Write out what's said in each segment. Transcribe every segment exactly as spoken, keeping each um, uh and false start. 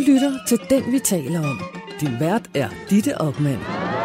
lytter til Den, vi taler om. Din vært er Ditte Okman.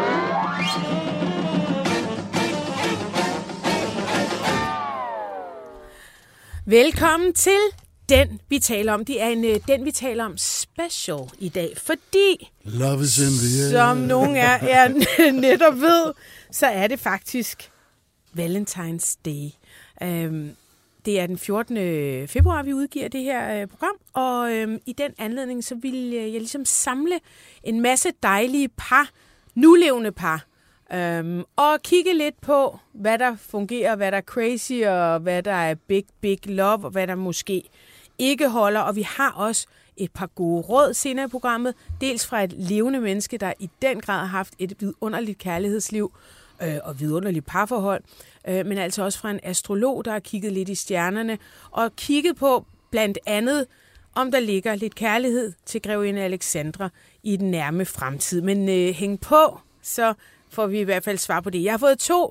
Velkommen til Den, vi taler om. Det er en uh, Den, vi taler om special i dag, fordi, Love is in the air. som nogen er, er netop ved, så er det faktisk Valentine's Day. Um, det er den fjortende februar, vi udgiver det her uh, program, og um, i den anledning, så vil uh, jeg ligesom samle en masse dejlige par, nulevende par, Um, og kigge lidt på, hvad der fungerer, hvad der er crazy, og hvad der er big, big love, og hvad der måske ikke holder. Og vi har også et par gode råd senere i programmet. Dels fra et levende menneske, der i den grad har haft et vidunderligt kærlighedsliv øh, og vidunderligt parforhold. Øh, men altså også fra en astrolog, der har kigget lidt i stjernerne, og kigget på blandt andet, om der ligger lidt kærlighed til grevinde Alexandra i den nærme fremtid. Men øh, hæng på, så får vi i hvert fald svar på det. Jeg har fået to.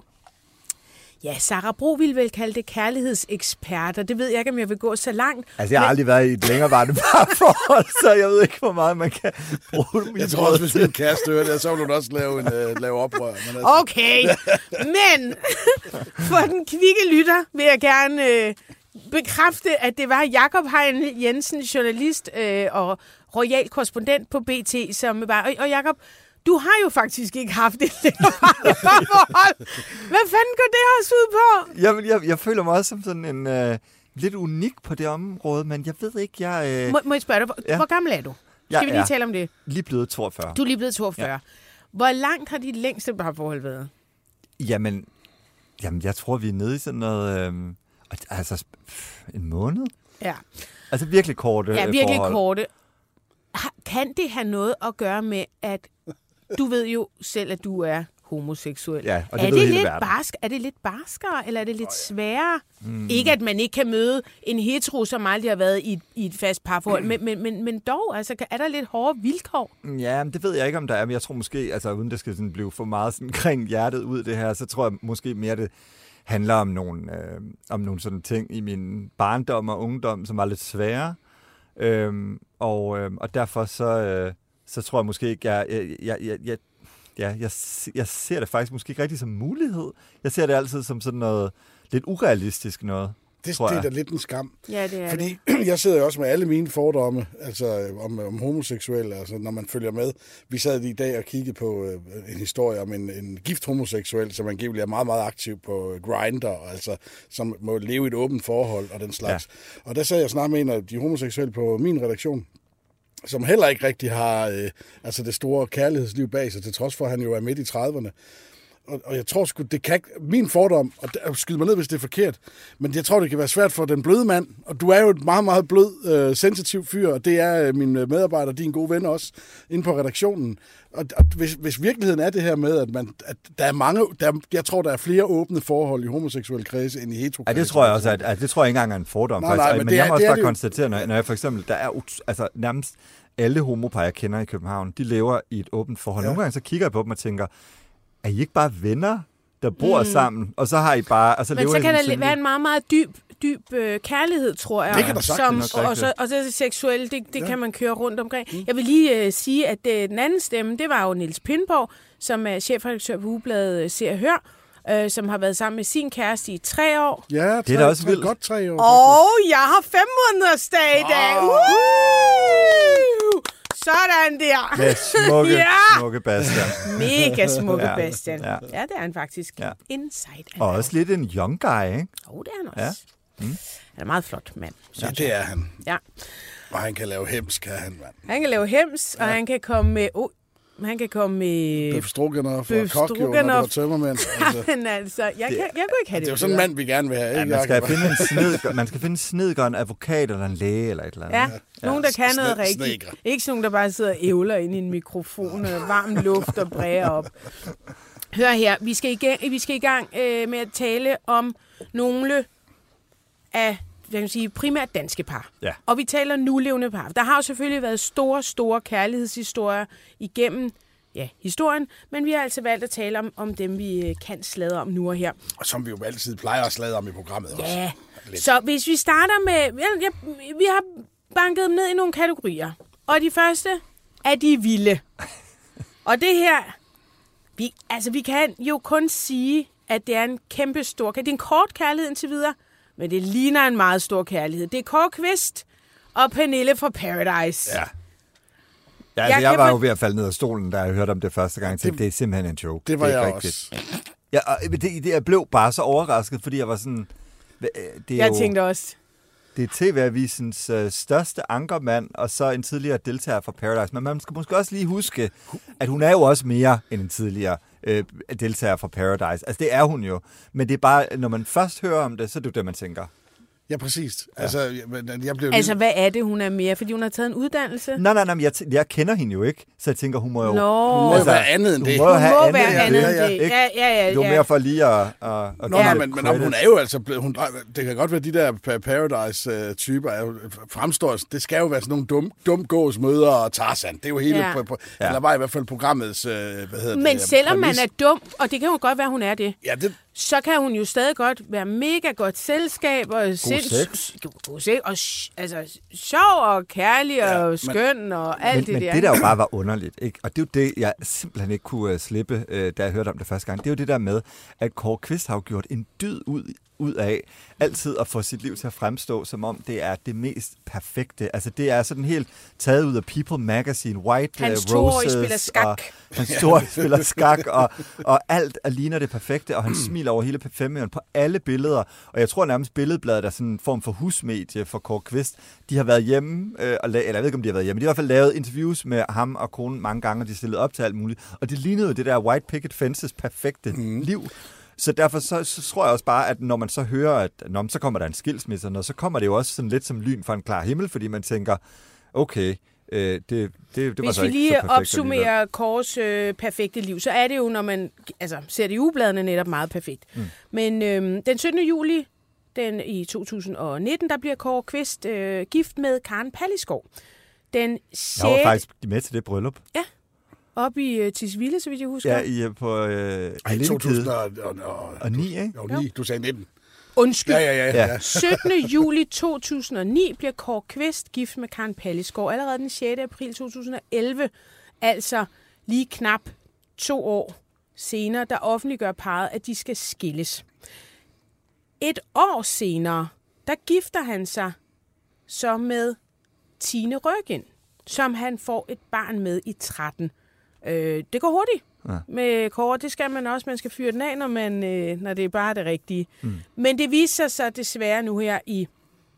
Ja, Sara Bro ville vel kalde det kærlighedseksperter. Det ved jeg ikke, om jeg vil gå så langt. Altså, jeg har men... aldrig været i et længerevarende parforhold, så jeg ved ikke, hvor meget man kan bruge dem. Jeg tror også, hvis min kæreste hører det, så vil hun også lave, en, uh, lave oprør. Men altså... Okay, men for den kvikke lytter vil jeg gerne øh, bekræfte, at det var Jakob Hein Jensen, journalist øh, og royal korrespondent på B T, som var... Og, og Jakob, du har jo faktisk ikke haft et længerevarende forhold. Hvad fanden går det her ud på? Jamen, jeg, jeg føler mig også som sådan en øh, lidt unik på det område, men jeg ved ikke, jeg... Øh... Må, må jeg spørge dig, hvor, ja. hvor gammel er du? Skal jeg vi lige tale om det? Lige blevet toogfyrre. Du er lige blevet toogfyrre. Ja. Hvor langt har dit længste parforhold været? Jamen, jamen, jeg tror, vi er nede i sådan noget... Øh, altså, en måned? Ja. Altså virkelig korte Ja, virkelig forhold. korte. Kan det have noget at gøre med, at... Du ved jo selv, at du er homoseksuel. Ja, og det er, ved det hele lidt verden. barsk, er det lidt barskere, eller er det lidt sværere? Mm. Ikke, at man ikke kan møde en hetero, som aldrig har været i et, i et fast parforhold, mm. men, men, men, men dog, altså, er der lidt hårde vilkår? Ja, det ved jeg ikke, om der er, men jeg tror måske, altså uden det skal sådan blive for meget sådan kring hjertet ud det her, så tror jeg måske mere, det handler om nogle, øh, om nogle sådan ting i min barndom og ungdom, som var lidt svære. Øhm, og, øh, og derfor så... Øh, så tror jeg måske ikke, jeg, jeg, jeg, jeg, jeg, ja, jeg, jeg ser det faktisk måske ikke rigtig som mulighed. Jeg ser det altid som sådan noget lidt urealistisk noget, Det, tror det jeg. er da lidt en skam. Ja, det er Fordi det. jeg sidder jo også med alle mine fordomme altså om, om homoseksuelle, altså når man følger med. Vi sad i dag og kiggede på øh, en historie om en, en gift homoseksuel, som angiveligt er meget, meget aktiv på Grindr, altså som må leve i et åbent forhold og den slags. Ja. Og der sad jeg snart med en af de homoseksuelle på min redaktion, som heller ikke rigtig har øh, altså det store kærlighedsliv bag sig, til trods for, at han jo er midt i trediverne. Og, og jeg tror sgu, det kan min fordom, og skyde mig ned, hvis det er forkert, men jeg tror, det kan være svært for den bløde mand, og du er jo et meget, meget blød, øh, sensitiv fyr, og det er øh, min medarbejder, din gode ven også, inde på redaktionen. Og, og hvis, hvis virkeligheden er det her med, at, man, at der er mange, der, jeg tror, der er flere åbne forhold i homoseksuelle kredse, end i heterokredse. Ja, det tror jeg også, at, at det tror jeg ikke engang er en fordom. Nej, faktisk. nej, men men det er- jeg må også det er bare det jo. konstatere, når, når jeg for eksempel, der er ut, altså nærmest alle homopar, jeg kender i København, de lever i et åbent forhold. Ja. Nogle gange så kigger jeg på dem og tænker, er I ikke bare venner, der bor mm. sammen, og så har I bare... Og så Men lever så I kan sådan der en være en meget, meget dyb, dyb øh, kærlighed, tror jeg. Det kan der som, sagtens. og, og, så, og så er det seksuelt, det, det Ja. kan man køre rundt omkring. Mm. Jeg vil lige øh, sige, at øh, den anden stemme, det var jo Niels Pindborg, som er chefredaktør på Ugebladet Se og Hør, øh, som har været sammen med sin kæreste i tre år. Ja, tre, Det er da også tre, vildt. godt tre år. Og jeg har fem måneders dag i dag. Wow. Woo! Sådan der. Med smukke, Ja. smukke Bastian. Mega smukke Ja. Bastian. Ja. Ja. ja, det er han faktisk. Ja. Inside. Og også lidt en young guy, ikke? Åh, oh, det er han Ja. også. Mm. Han er en meget flot mand. Ja, det er han. Ja. Og han kan lave hems, kan han, mand. Han kan lave hems, og han kan komme med... Oh, han kan komme med... Bøf Stroganoff og Bøf Kokjo, når du Stroganoff. var tømmermænd. Altså, Men altså, jeg, kan, jeg kunne ikke have det. det er jo sådan en bedre. mand, vi gerne vil have. Ja, ikke, man skal Jacob? finde en snedgør, man skal finde en snedgør, en advokat eller en læge eller et eller andet. Ja, nogen, der kan noget Sne- rigtigt. snedker. Ikke sådan nogen, der bare sidder og ævler ind i en mikrofon og varm luft og bræger op. Hør her, vi skal i gang, vi skal i gang øh, med at tale om nogle af hvad kan man sige, primært danske par. Ja. Og vi taler nulevende par. Der har jo selvfølgelig været store, store kærlighedshistorier igennem ja, historien, men vi har altså valgt at tale om, om dem, vi kan sladre om nu og her. Og som vi jo altid plejer at sladre om i programmet også. Ja, Lidt. så hvis vi starter med... Ja, ja, vi har banket dem ned i nogle kategorier. Og de første er de vilde. Og det her, vi, altså vi kan jo kun sige, at det er en kæmpe stor kærlighed. Det er en kort kærlighed indtil videre, men det ligner en meget stor kærlighed. Det er Kåre Quist og Pernille fra Paradise. Ja. Ja, altså, jeg, jeg var jo ved at falde ned af stolen, da jeg hørte om det første gang. Det, det er simpelthen en joke. Det var det er jeg rigtigt. også. Ja, og det, det, jeg blev bare så overrasket, fordi jeg var sådan... Det er jeg jo, tænkte også... Det er T V-avisens øh, største ankermand, og så en tidligere deltager fra Paradise. Men man skal måske også lige huske, at hun er jo også mere end en tidligere øh, deltager fra Paradise. Altså, det er hun jo. Men det er bare, når man først hører om det, så er det jo det, man tænker. Ja, præcis. Ja. Altså, jeg, jeg blev altså, lige... hvad er det, hun er mere? Fordi hun har taget en uddannelse? Nej, nej, nej, jeg, t- jeg kender hende jo ikke, så jeg tænker, hun må jo... Nå. Hun må altså, være andet end det. Hun må, Hun have må andet være end andet det. end det. Ja, ja, ja. Det var ja. mere for lige at... at, at Nå, give nej, lidt men, men hun er jo altså blevet... Hun, det kan godt være, de der Paradise-typer er jo, fremstår... Det skal jo være sådan nogle dum, dum gåsmøder og Tarzan. Det er jo hele... Ja. På, på, Ja. Eller var i hvert fald programmets... Øh, hvad hedder Men det, selvom præmis. man er dum, og det kan jo godt være, hun er det, Ja, det... så kan hun jo stadig godt være mega godt selskab og sex. God sex og sh- altså sjov og kærlig Ja, og men- skøn og alt Men, det men der. det, der jo bare var underligt, ikke? Og det er jo det, jeg simpelthen ikke kunne uh, slippe, uh, da jeg hørte om det første gang, det er jo det der med, at Kåre Quist har jo gjort en dyd ud, ud af altid at få sit liv til at fremstå, som om det er det mest perfekte. Altså, det er sådan helt taget ud af People Magazine, White Hans uh, toårige Roses. spiller skak. Og, hans toårige spiller skak, og, og alt er ligner det perfekte, og han smiler over hele femøren på alle billeder. Og jeg tror nærmest Billedbladet er sådan en form for husmedie for Kåre Quist. De har været hjemme, øh, og la- eller jeg ved ikke, om de har været hjemme, de har i hvert fald lavet interviews med ham og konen mange gange, og de stillede op til alt muligt. Og det lignede jo det der White Picket Fences perfekte mm. liv. Så derfor så, så tror jeg også bare, at når man så hører, at nå, så kommer der en skilsmisse, og så kommer det jo også sådan lidt som lyn fra en klar himmel, fordi man tænker, okay, øh, det, det, det var Hvis så vi ikke lige så perfekt opsummerer Kåres øh, perfekte liv, så er det jo, når man altså, ser det i ugebladene, netop meget perfekt. Mm. Men øh, den syttende juli den, i to tusind nitten, der bliver Kåre Quist øh, gift med Karen Pallisgaard. Den Jeg var sjette faktisk med til det bryllup. Ja, op i øh, Tisvilde, så vidt jeg husker. Ja, i, øh, på øh, Ej, to to tusind tusind og ni, ikke? Jo, ni. Du sagde nitten. Undskyld. Ja, ja, ja. Ja. ja. syttende juli to tusind og ni bliver Kåre Quist gift med Karen Pallisgaard. Allerede den sjette april to tusind og elleve, altså lige knap to år senere, der offentliggør parret, at de skal skilles. Et år senere, der gifter han sig så med Tine Røgind, som han får et barn med i tretten. Øh, det går hurtigt. Ja. Med Kåre, det skal man også. Man skal fyre den af, når, man, øh, når det er bare det rigtige. Mm. Men det viser sig så desværre nu her i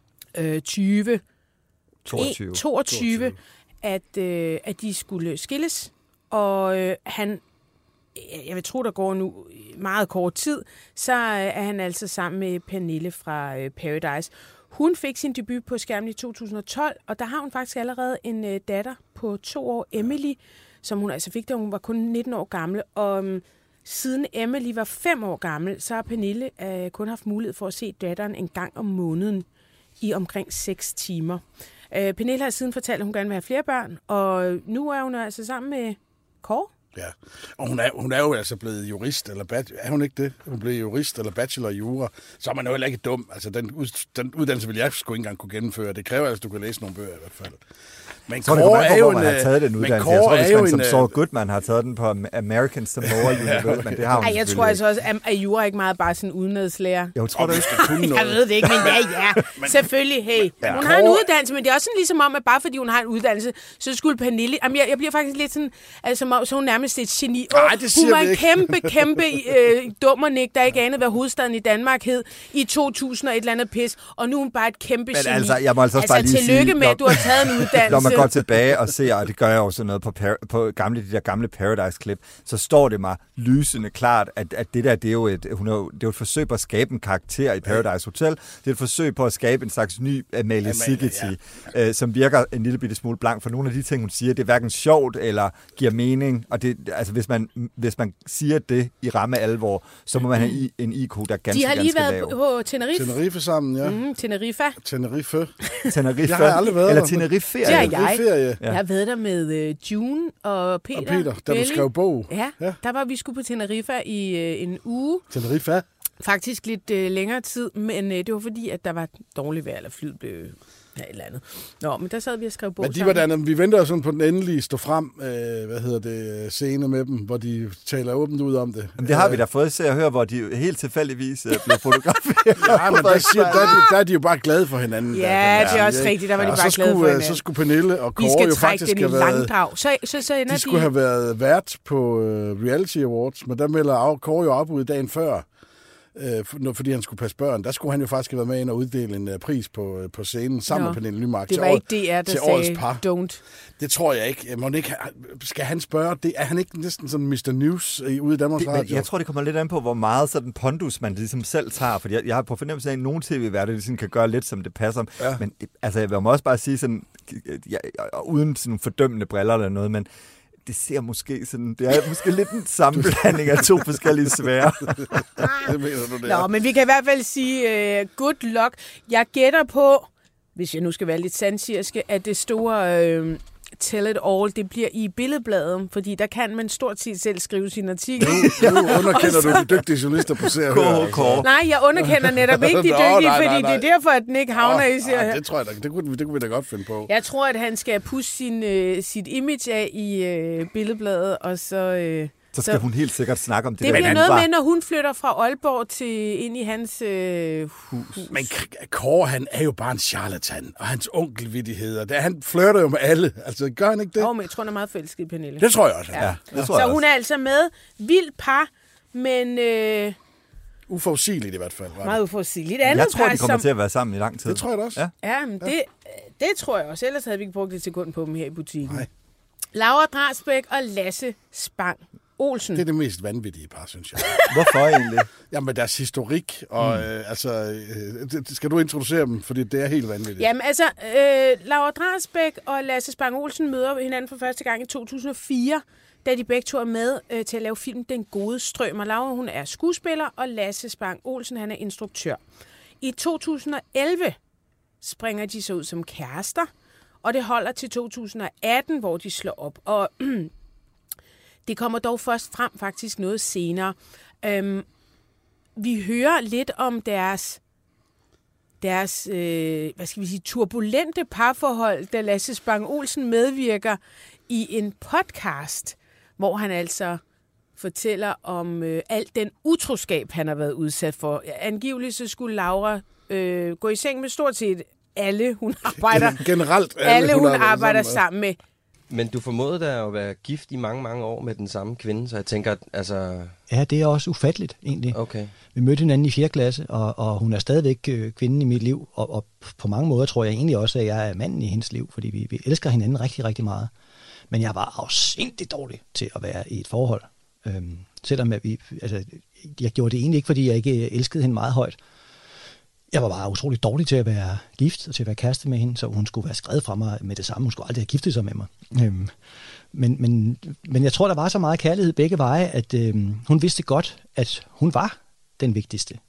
øh, tyve toogtyve. toogtyve, at, øh, at de skulle skilles. Og øh, han, jeg vil tro, der går nu meget kort tid, så er han altså sammen med Pernille fra øh, Paradise. Hun fik sin debut på skærmen i to tusind og tolv, og der har hun faktisk allerede en øh, datter på to år, Emily, som hun altså fik, da hun var kun nitten år gammel. Og um, siden Emily var fem år gammel, så har Pernille uh, kun haft mulighed for at se datteren en gang om måneden i omkring seks timer. Uh, Pernille har siden fortalt, at hun gerne vil have flere børn, og nu er hun altså sammen med Kåre. Ja, og hun er, hun er jo altså blevet jurist, eller bad, er hun ikke det? Hun blev jurist eller bachelor i jura, så er man jo heller ikke dum. Altså, den, ud, den uddannelse vil jeg sgu ikke engang kunne gennemføre. Det kræver altså, at du kan læse nogle bøger i hvert fald. Men Så Kåre er jo hvor en... man har taget den uddannelse. Jeg Kåre tror, er hvis jo man som en, Saul Goodman har taget den på American Samoa University, men det har hun Ej, jeg tror selvfølgelig altså også, at, at jura er ikke meget bare sådan udenadslærer. Jeg tror, og det du skal kunne Jeg noget. ved det ikke, men ja, ja. Selvfølgelig, hey. Ja. Hun har en Kåre- uddannelse, men det er også sådan ligesom om, at bare fordi hun har en uddannelse, så skulle Pernille... Jamen, jeg, jeg bliver faktisk lidt sådan, altså, som om, så er hun nærmest et geni. Nej, Åh, det hun siger var vi en ikke. kæmpe, kæmpe øh, dummernik, der ikke anede, hvad hovedstaden i Danmark hed i to tusind og et eller andet pis. Og nu er hun bare et kæmpe Men geni. altså, jeg må altså også bare lige tillykke sige, med, når- at du har taget en uddannelse. Når man går tilbage og ser, og det gør jeg også noget på, par, på gamle, de der gamle Paradise-klip, så står det mig lysende klart, at, at det der, det er, jo et, hun er jo, det er jo et forsøg på at skabe en karakter i Paradise Hotel. Det er et forsøg på at skabe en slags ny Amalie Sigeti, ja. øh, som virker en lille bitte smule blank. For nogle af de ting, hun siger, det er hverken sjovt eller giver mening. Og det, altså, hvis man, hvis man siger det i ramme alvor, så må man have i, en I Q, der er ganske, De har lige ganske været lav. på Tenerife. Tenerife sammen, ja. Mm, Tenerife. Tenerife. Tenerife. Jeg har aldrig været Eller der. Tenerife. Det har jeg. Tenerife-ferie. Ja. Jeg har været der med øh, June og Peter. Og Peter, da du Belli. skrev bog. Ja, Ja. der var vi skulle på Tenerife i øh, en uge. Tenerife. Faktisk lidt øh, længere tid, men øh, det var fordi, at der var dårligt vejr, eller flyet blev ja, et eller andet. Nå, men der sad vi og skrev bog Men de sammen. var der, vi venter sådan på den endelige stå frem, øh, hvad hedder det, scene med dem, hvor de taler åbent ud om det. Jamen, det har vi da fået til at høre, hvor de helt tilfældigvis øh, blev fotograferet. Ja, men der, siger, der, der, der er de jo bare glade for hinanden. Ja, der, det er også rigtigt, der var de ja, bare glade for hinanden. Så skulle Pernille og Kåre vi skal jo trække faktisk den i have været... langdrag. Så, så, så ender de skulle de... have været vært på uh, Reality Awards, men der melder Kåre jo op ud dagen før, øh, fordi han skulle passe børn. Der skulle han jo faktisk have været med ind og uddele en uh, pris på, uh, på scenen sammen Nå, med Pernille Nymark. Det var ikke D R, der sagde don't. Det tror jeg ikke. Må ikke. Skal han spørge? Det, er han ikke næsten sådan mister News i, ude i Danmarks det, Radio? Jeg tror, det kommer lidt an på, hvor meget sådan pondus man ligesom selv tager. Fordi jeg, jeg har på fornemmelse af, at nogle tv-værter ligesom kan gøre lidt, som det passer. Ja. Men det, altså, jeg vil også bare sige sådan, jeg, uden sådan fordømmende briller eller noget, men det ser måske sådan, det er måske lidt en sammenblanding af to forskellige sfærer. Det mener du, det er. Nå, men vi kan i hvert fald sige uh, good luck. Jeg gætter på, hvis jeg nu skal være lidt sandsirske, at det store uh, Tell It All, det bliver i Billedbladet, fordi der kan man stort set selv skrive sin artikel. Nu, nu underkender du de dygtige journalister på Se og Hør. Nej, jeg underkender netop ikke de dygtige, Nå, nej, nej, nej. fordi det er derfor, at den ikke havner oh, i Se og Hør. Det tror jeg da, det kunne, det kunne vi da godt finde på. Jeg tror, at han skal pusse sin, uh, sit image af i uh, Billedbladet, og så... Uh, Så skal så, hun helt sikkert snakke om det. Det der bliver noget var. med, når hun flytter fra Aalborg til ind i hans øh, hus. Men Kåre, han er jo bare en charlatan, og hans onkelvittigheder, det, han flirter jo med alle. Altså, gør han ikke det? Jo, men jeg tror, han er meget forelsket i Pernille. Det tror jeg også. Ja. Ja, det tror så jeg hun også. er altså med. Vild par, men... Øh, uforudsigeligt i hvert fald. Var meget uforudsigeligt. Andet jeg tror, par, de kommer som, til at være sammen i lang tid. Det tror jeg også. Ja, ja men det, det tror jeg også. Ellers havde vi ikke brugt et sekund på dem her i butikken. Nej. Laura Drasbæk og Lasse Spang Olsen. Det er det mest vanvittige par, synes jeg. Hvorfor egentlig? Jamen, deres historik, og mm. øh, altså, øh, skal du introducere dem, fordi det er helt vanvittigt. Jamen, altså, øh, Laura Drasbæk og Lasse Spang Olsen møder hinanden for første gang i to tusind og fire, da de begge to er med øh, til at lave filmen Den Gode Strøm. Og Laura, hun er skuespiller, og Lasse Spang Olsen, han er instruktør. I to tusind og elleve springer de så ud som kærester, og det holder til to tusind og atten, hvor de slår op. Og det kommer dog først frem faktisk noget senere. Øhm, vi hører lidt om deres, deres øh, hvad skal vi sige, turbulente parforhold, da Lasse Spang Olsen medvirker i en podcast, hvor han altså fortæller om øh, alt den utroskab, han har været udsat for. Angiveligt så skulle Laura øh, gå i seng med stort set alle, hun arbejder, Generelt alle, alle hun, hun arbejder sammen, sammen med. Men du formåede da at være gift i mange, mange år med den samme kvinde, så jeg tænker, altså... Ja, det er også ufatteligt, egentlig. Okay. Vi mødte hinanden i fjerde klasse, og, og hun er stadigvæk øh, kvinden i mit liv, og, og på mange måder tror jeg egentlig også, at jeg er manden i hendes liv, fordi vi, vi elsker hinanden rigtig, rigtig meget. Men jeg var afsindigt dårlig til at være i et forhold. Øhm, selvom jeg, vi, altså, jeg gjorde det egentlig ikke, fordi jeg ikke elskede hende meget højt. Jeg var bare utrolig dårlig til at være gift og til at være kæreste med hende, så hun skulle være skrevet fra mig med det samme. Hun skulle aldrig have giftet sig med mig. Øhm, men, men, men jeg tror, der var så meget kærlighed begge veje, at øhm, hun vidste godt, at hun var den vigtigste.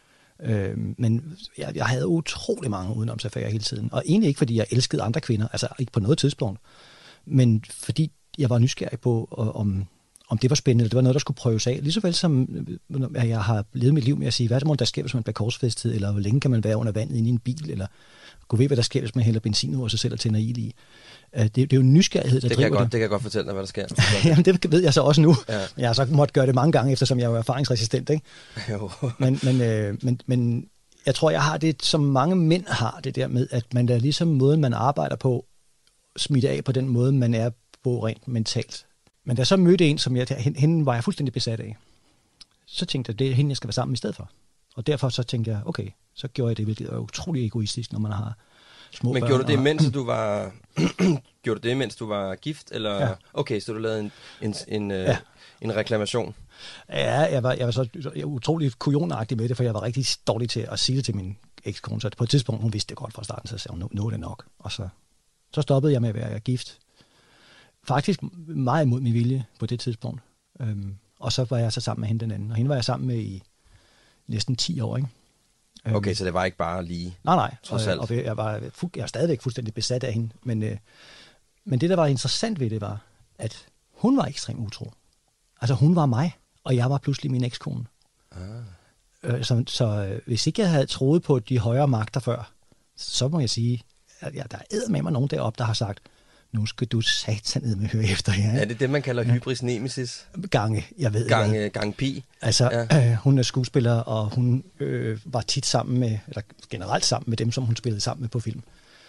Øhm, men jeg, jeg havde utrolig mange udenomsaffærer hele tiden. Og egentlig ikke, fordi jeg elskede andre kvinder, altså ikke på noget tidspunkt, men fordi jeg var nysgerrig på, om... om det var spændende, eller det var noget, der skulle prøves af. Lige så vel som at jeg har levet mit liv med at sige, hvad er det, der sker, hvis man bliver korsfæstet, eller hvor længe kan man være under vandet inde i en bil, eller gå ved, hvad der sker, hvis man hælder benzin over sig selv og tænder ild i. Det, det er jo en nysgerrighed, der det driver kan jeg godt, det. Det kan jeg godt fortælle dig, hvad der sker. Jamen, det ved jeg så også nu. Ja. Jeg har så måttet gøre det mange gange, eftersom jeg er erfaringsresistent. Ikke? Jo. men, men, øh, men, men jeg tror, jeg har det, som mange mænd har, det der med, at man er ligesom måden, man arbejder på, smidt af på den måde, man er på rent mentalt. Men da jeg så mødte en, som jeg, hende var jeg fuldstændig besat af, så tænkte jeg, det er hende, jeg skal være sammen i stedet for. Og derfor så tænkte jeg, okay, så gjorde jeg det, hvilket er utrolig egoistisk, når man har små Men børn. gjorde du det, og... mens du var gjorde du det, mens du var gift? Eller? Ja. Okay, så du lavede en, en, en, ja. en reklamation? Ja, jeg var, jeg var så jeg var utrolig kujonagtig med det, for jeg var rigtig dårlig til at sige det til min ekskone. Så på et tidspunkt, hun vidste det godt fra starten, så sagde hun, nu er det nok. Og så, så stoppede jeg med at være gift. Faktisk meget imod min vilje på det tidspunkt. Øhm, og så var jeg så sammen med hende den anden. Og hende var jeg sammen med i næsten ti år, ikke? Øhm, okay, så det var ikke bare lige... Nej, nej. Trods alt. Og, og jeg, var, jeg er stadigvæk fuldstændig besat af hende. Men, øh, men det, der var interessant ved det, var, at hun var ekstremt utro. Altså, hun var mig, og jeg var pludselig min ekskone. Ah. Øh, så så øh, hvis ikke jeg havde troet på de højere magter før, så må jeg sige, at ja, der er med mig nogen deroppe, der har sagt, nu skal du satan med høre efter her. Ja, det er det, man kalder hybris nemesis. Gange, jeg ved Gange, gang pi. Altså, ja. øh, hun er skuespiller, og hun øh, var tit sammen med, eller generelt sammen med dem, som hun spillede sammen med på film.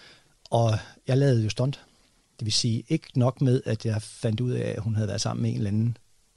Og jeg lavede jo stunt. Det vil sige, ikke nok med, at jeg fandt ud af, at hun havde været sammen med en eller anden.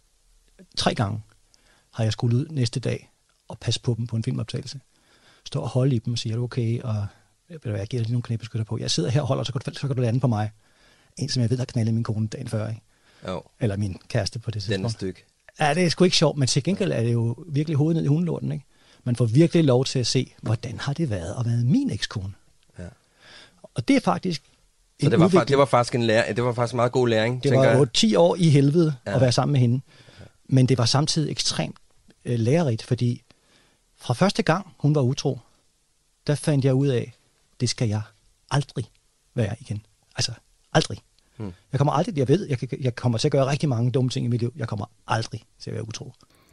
Tre gange har jeg skulle ud næste dag og passe på dem på en filmoptagelse. Stå og holde i dem og sige, er du okay? Og jeg giver dig lige nogle knæbeskytter på. Jeg sidder her og holder, så kan, du, så kan du lande på mig. En, som jeg ved, har knaldet min kone dagen før, ikke? Jo. Eller min kæreste på det tidspunkt. Denne stykke. Ja, det er sgu ikke sjovt, men til gengæld er det jo virkelig hovedet ned i hundelorten, ikke? Man får virkelig lov til at se, hvordan har det været at være min ekskone. Ja. Og det er faktisk så det var, fa- det var faktisk en lære, det var faktisk en meget god læring, det tænker var jeg. ti år i helvede ja. At være sammen med hende. Men det var samtidig ekstremt øh, lærerigt, fordi fra første gang, hun var utro, der fandt jeg ud af, det skal jeg aldrig være igen. Altså, aldrig. Hmm. Jeg kommer aldrig, jeg ved, jeg, jeg kommer til at gøre rigtig mange dumme ting i mit liv. Jeg kommer aldrig til at være utro.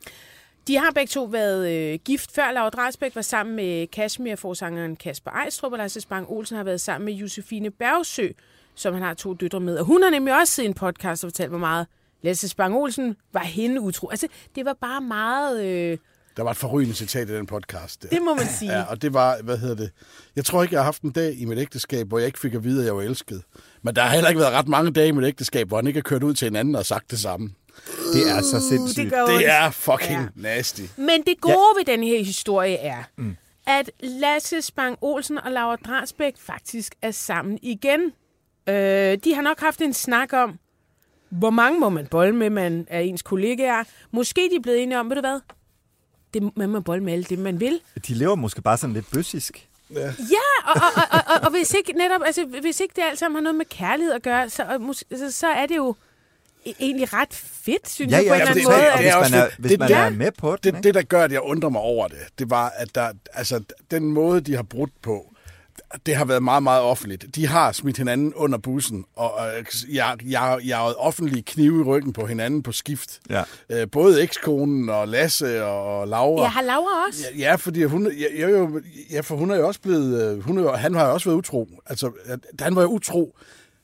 De har begge to været øh, gift før. Laura Drasbæk var sammen med Kashmir-forsangeren Kasper Ejstrup, og Lasse Spang Olsen har været sammen med Josefine Bergsø, som han har to døtre med. Og hun har nemlig også set en podcast og fortalt, hvor meget Lasse Spang Olsen var hende utro. Altså, det var bare meget... Øh... Der var et forrygende citat i den podcast. Der. Det må man sige. Ja, og det var, hvad hedder det? Jeg tror ikke, jeg har haft en dag i mit ægteskab, hvor jeg ikke fik at vide, at jeg var elsket. Men der har heller ikke været ret mange dage i mit ægteskab, hvor han ikke har kørt ud til en anden og sagt det samme. Det er så sindssygt. Det, det er fucking ja. nasty. Men det gode ja. ved den her historie er, mm. at Lasse Spang Olsen og Laura Drasbæk faktisk er sammen igen. Øh, de har nok haft en snak om, hvor mange må man bolle med, man er ens kollegaer. Måske de er blevet enige om, ved du hvad? Det, man må bolle med alt det, man vil. De lever måske bare sådan lidt bøssisk. Ja, ja og, og, og, og, og hvis ikke netop, altså hvis ikke det alt sammen har noget med kærlighed at gøre, så, så, så er det jo egentlig ret fedt, synes ja, jeg, ja, på en eller anden måde. Det, det er hvis man er, hvis det, man det, er med på det. Det, det, der gør, at jeg undrer mig over det, det var, at der, altså, den måde, de har brudt på, det har været meget, meget offentligt. De har smidt hinanden under bussen, og øh, jeg, jeg, jeg har offentlige knive i ryggen på hinanden på skift. Ja. Øh, både ekskonen og Lasse og Laura. Ja, har Laura også? Ja, ja fordi hun, jeg, jeg, jo, ja, for hun er jo også blevet, hun er jo, han har jo også været utro. Altså, han var jo utro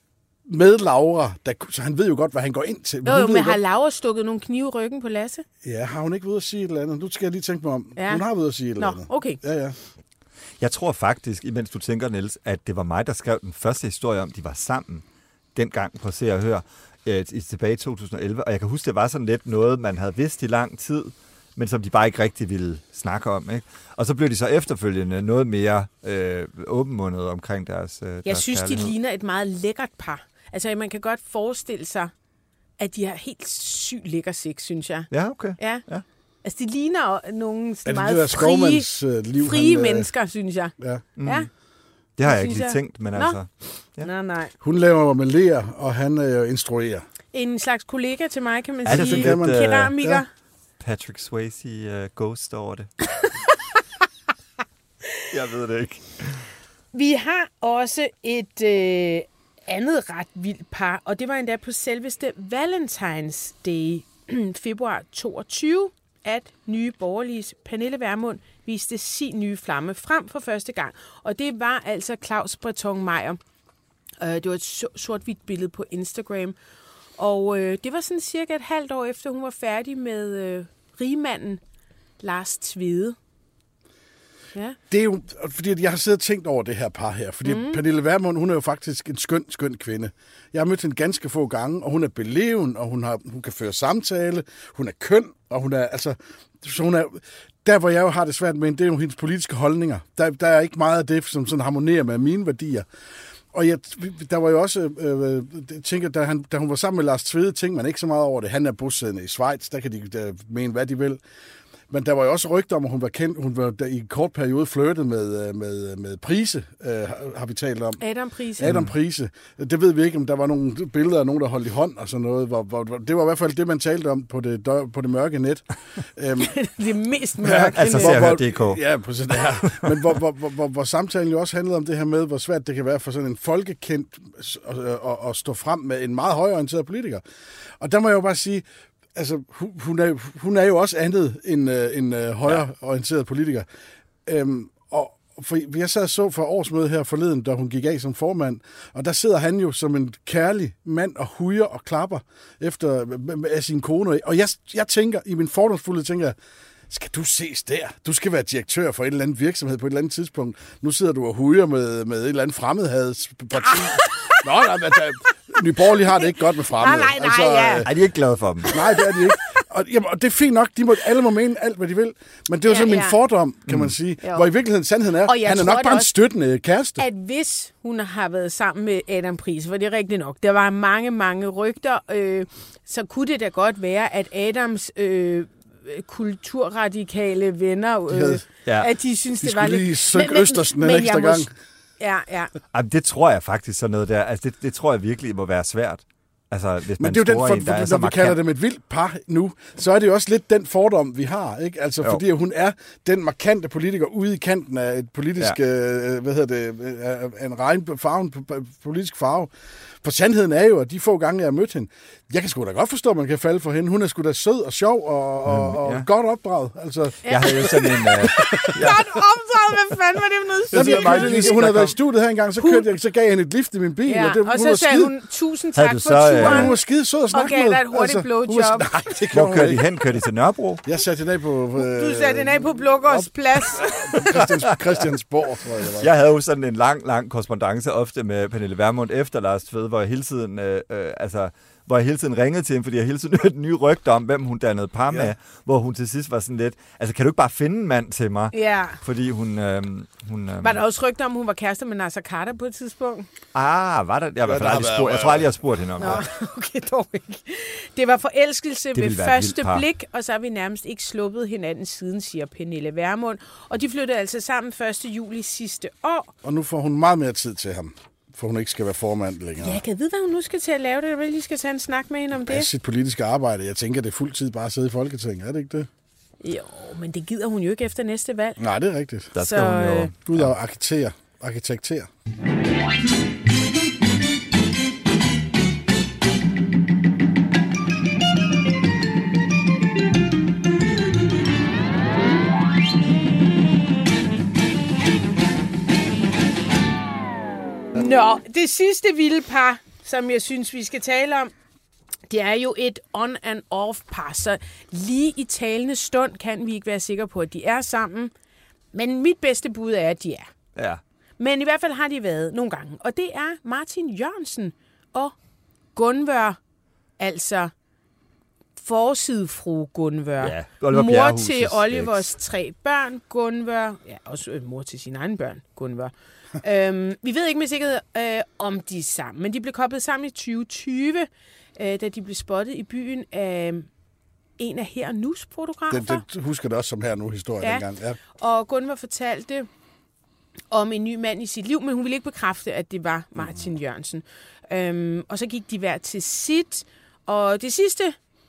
med Laura, der, så han ved jo godt, hvad han går ind til. Jo, jo men har godt... Laura stukket nogle knive i ryggen på Lasse? Ja, har hun ikke ved at sige et eller andet? Nu skal jeg lige tænke mig om. Ja. Hun har ved at sige et eller andet. Nå, okay. Ja, ja. Jeg tror faktisk, imens du tænker, Niels, at det var mig, der skrev den første historie om, de var sammen dengang på Se og Hør øh, tilbage i to tusind og elleve. Og jeg kan huske, det var sådan lidt noget, man havde vidst i lang tid, men som de bare ikke rigtig ville snakke om. Ikke? Og så blev de så efterfølgende noget mere øh, åbenmundet omkring deres øh, Jeg deres synes, kærlighed. de ligner et meget lækkert par. Altså, man kan godt forestille sig, at de har helt sygt lækker sex, synes jeg. Ja, okay. Ja. ja. Altså, de ligner nogle det meget det frie, uh, liv, frie han, mennesker, synes jeg. Ja. Mm. ja. Det har jeg ikke lige tænkt, men Nå. altså... Ja. Nej, nej. Hun laver med ler, og han øh, instruerer. En slags kollega til mig, kan man er sige. Det sådan lidt, keramiker. Ja. Patrick Swayze uh, ghost over det. Jeg ved det ikke. Vi har også et øh, andet ret vildt par, og det var endda på selveste Valentine's Day, februar toogtyve, at Nye Borgerliges Pernille Vermund viste sin nye flamme frem for første gang. Og det var altså Claus Breton Meyer. Uh, det var et sort-hvidt billede på Instagram. Og uh, det var sådan cirka et halvt år efter, hun var færdig med uh, rigmanden Lars Tvede. Ja. Det er jo, fordi jeg har siddet og tænkt over det her par her, fordi mm. Pernille Vermund, hun er jo faktisk en skøn, skøn kvinde. Jeg har mødt hende ganske få gange, og hun er beleven, og hun, har, hun kan føre samtale, hun er køn, og hun er, altså, så hun er, der hvor jeg jo har det svært med hende, det er jo hendes politiske holdninger. Der, der er ikke meget af det, som sådan harmonerer med mine værdier. Og jeg, der var jo også, øh, jeg tænker, da, han, da hun var sammen med Lars Tvede, tænkte man ikke så meget over det. Han er bosiddende i Schweiz, der kan de der mene, hvad de vil. Men der var jo også rygter om, at hun var kendt, hun var der i en kort periode flirtet med, med, med Prise, øh, har vi talt om. Adam Prise. Adam Prise. Det ved vi ikke, om der var nogle billeder af nogen, der holdt i hånd og sådan noget. Hvor, hvor, det var i hvert fald det, man talte om på det, på det mørke net. Det mest mørke net. Altså Se og Hør punktum d k. Ja, præcis det her. Men hvor, hvor, hvor, hvor, hvor samtalen jo også handlede om det her med, hvor svært det kan være for sådan en folkekendt at, at, at stå frem med en meget højorienteret politiker. Og der må jeg jo bare sige, altså, hun, hun, er, hun er jo også andet end øh, en øh, højreorienteret politiker. Øhm, og for jeg sad og så for årsmødet her forleden, da hun gik af som formand, og der sidder han jo som en kærlig mand og hujer og klapper efter af sin kone. Og jeg, jeg tænker, i min fordomsfuldhed tænker jeg, skal du ses der? Du skal være direktør for en eller anden virksomhed på et eller andet tidspunkt. Nu sidder du og hujer med, med et eller andet fremmedhadsparti. Nå, nej, men Nye Borgerlige har det ikke godt med fremmede. Nej, nej, nej, ja. Ej, de er ikke glade for dem. Nej, det er de ikke. Og, jamen, og det er fint nok, de må, alle må mene alt, hvad de vil. Men det er jo Ja, sådan min ja. fordom, kan man sige. Jo. Hvor i virkeligheden sandheden er, Og jeg han er tror nok da bare en også, støttende kæreste. At hvis hun har været sammen med Adam Price, for det er rigtigt nok, der var mange, mange rygter, øh, så kunne det da godt være, at Adams øh, kulturradikale venner, øh, havde- Ja. at de synes, De det var skulle lidt... lige synke Østersen en ekstra jeg må- gang. Ja, ja. Jamen, det tror jeg faktisk sådan noget der. Altså, det, det tror jeg virkelig må være svært. Altså, hvis Men man det er jo den, scorer for, en, der er for, så når vi kalder markant. dem et vildt par nu, så er det jo også lidt den fordom, vi har. Ikke? Altså, Jo. fordi hun er den markante politiker ude i kanten af et politisk, Ja. øh, hvad hedder det, øh, en regn farven, politisk farve. For sandheden er jo, at de få gange, jeg har mødt hende, jeg kan sgu da godt forstå, at man kan falde for hende. Hun er sgu da sød og sjov og, og, og ja. godt opdraget. Altså, Jeg havde jo sådan en... Uh, Godt opdraget, hvad fanden var det for noget Jamen, sygt? jeg, meget jeg, lige- hun der havde været i kom- studiet her engang, så, kørte jeg, så gav jeg hende et lift i min bil. Ja, og, det, og hun så var sagde skide, hun, tusind Havde tak du for så, øh, Ja, hun turen. var skide sød at snakke gav med. dig et hurtigt blowjob. hun var- Nej, det hvor gjorde kørte hun de ikke. hen? Kørte de til Nørrebro? Jeg satte hende af på øh, Du satte den af på Blågårds plads. Christians, Christiansborg, tror jeg, det var. Jeg havde jo sådan en lang, lang korrespondance ofte med Pernille Vermund efter Lars Tvede, hvor jeg hele tiden, øh, øh, altså, hvor jeg hele tiden ringede til hende, fordi jeg hele tiden hørte nye rygter om, hvem hun dannede par med, Ja. hvor hun til sidst var sådan lidt, altså kan du ikke bare finde en mand til mig? Ja. Fordi hun... Øh, hun øh, Var der også rygter om, hun var kærester med Nasser Carter på et tidspunkt? Ah, var der? Jeg, har i hvert fald der har aldrig været- spurgt, jeg tror aldrig, jeg har spurgt hende om Nå, det. okay, dog ikke. Det var forelskelse ved ville være et første vildt par. blik, og så har vi nærmest ikke sluppet hinanden siden, siger Pernille Vermund. Og de flyttede altså sammen første juli sidste år. Og nu får hun meget mere tid til ham, for hun ikke skal være formand længere. Ja, jeg kan vide, hvad hun nu skal til at lave det. Jeg vil lige skal tage en snak med hende om Det er det. sit politiske arbejde. Jeg tænker, det er fuldtid bare at sidde i Folketinget, er det ikke det? Jo, men det gider hun jo ikke efter næste valg. Nej, det er rigtigt. Der skal Så, hun jo... øh, Ud og arkitektere. arkitektere. Nå, det sidste vilde par, som jeg synes, vi skal tale om, det er jo et on and off par, så lige i talende stund kan vi ikke være sikre på, at de er sammen. Men mit bedste bud er, at de er. Ja. Men i hvert fald har de været nogle gange. Og det er Martin Jørgensen og Gunvør, altså forsidefru Gunvør. Ja, Oliver mor Bjerrehus' til Olivers eks. tre børn, Gunvør. Ja, også øh, mor til sine egne børn, Gunvør. øhm, vi ved ikke med sikkerhed, øh, om de er sammen, men de blev koblet sammen i tyve tyve, øh, da de blev spottet i byen af en af Her og Nus fotografer. Det, det husker det også som her nu, historien Ja. dengang. Ja. Og Gunvor fortalte om en ny mand i sit liv, men hun ville ikke bekræfte, at det var Martin mm. Jørgensen. Øhm, og så gik de hver til sit, og det sidste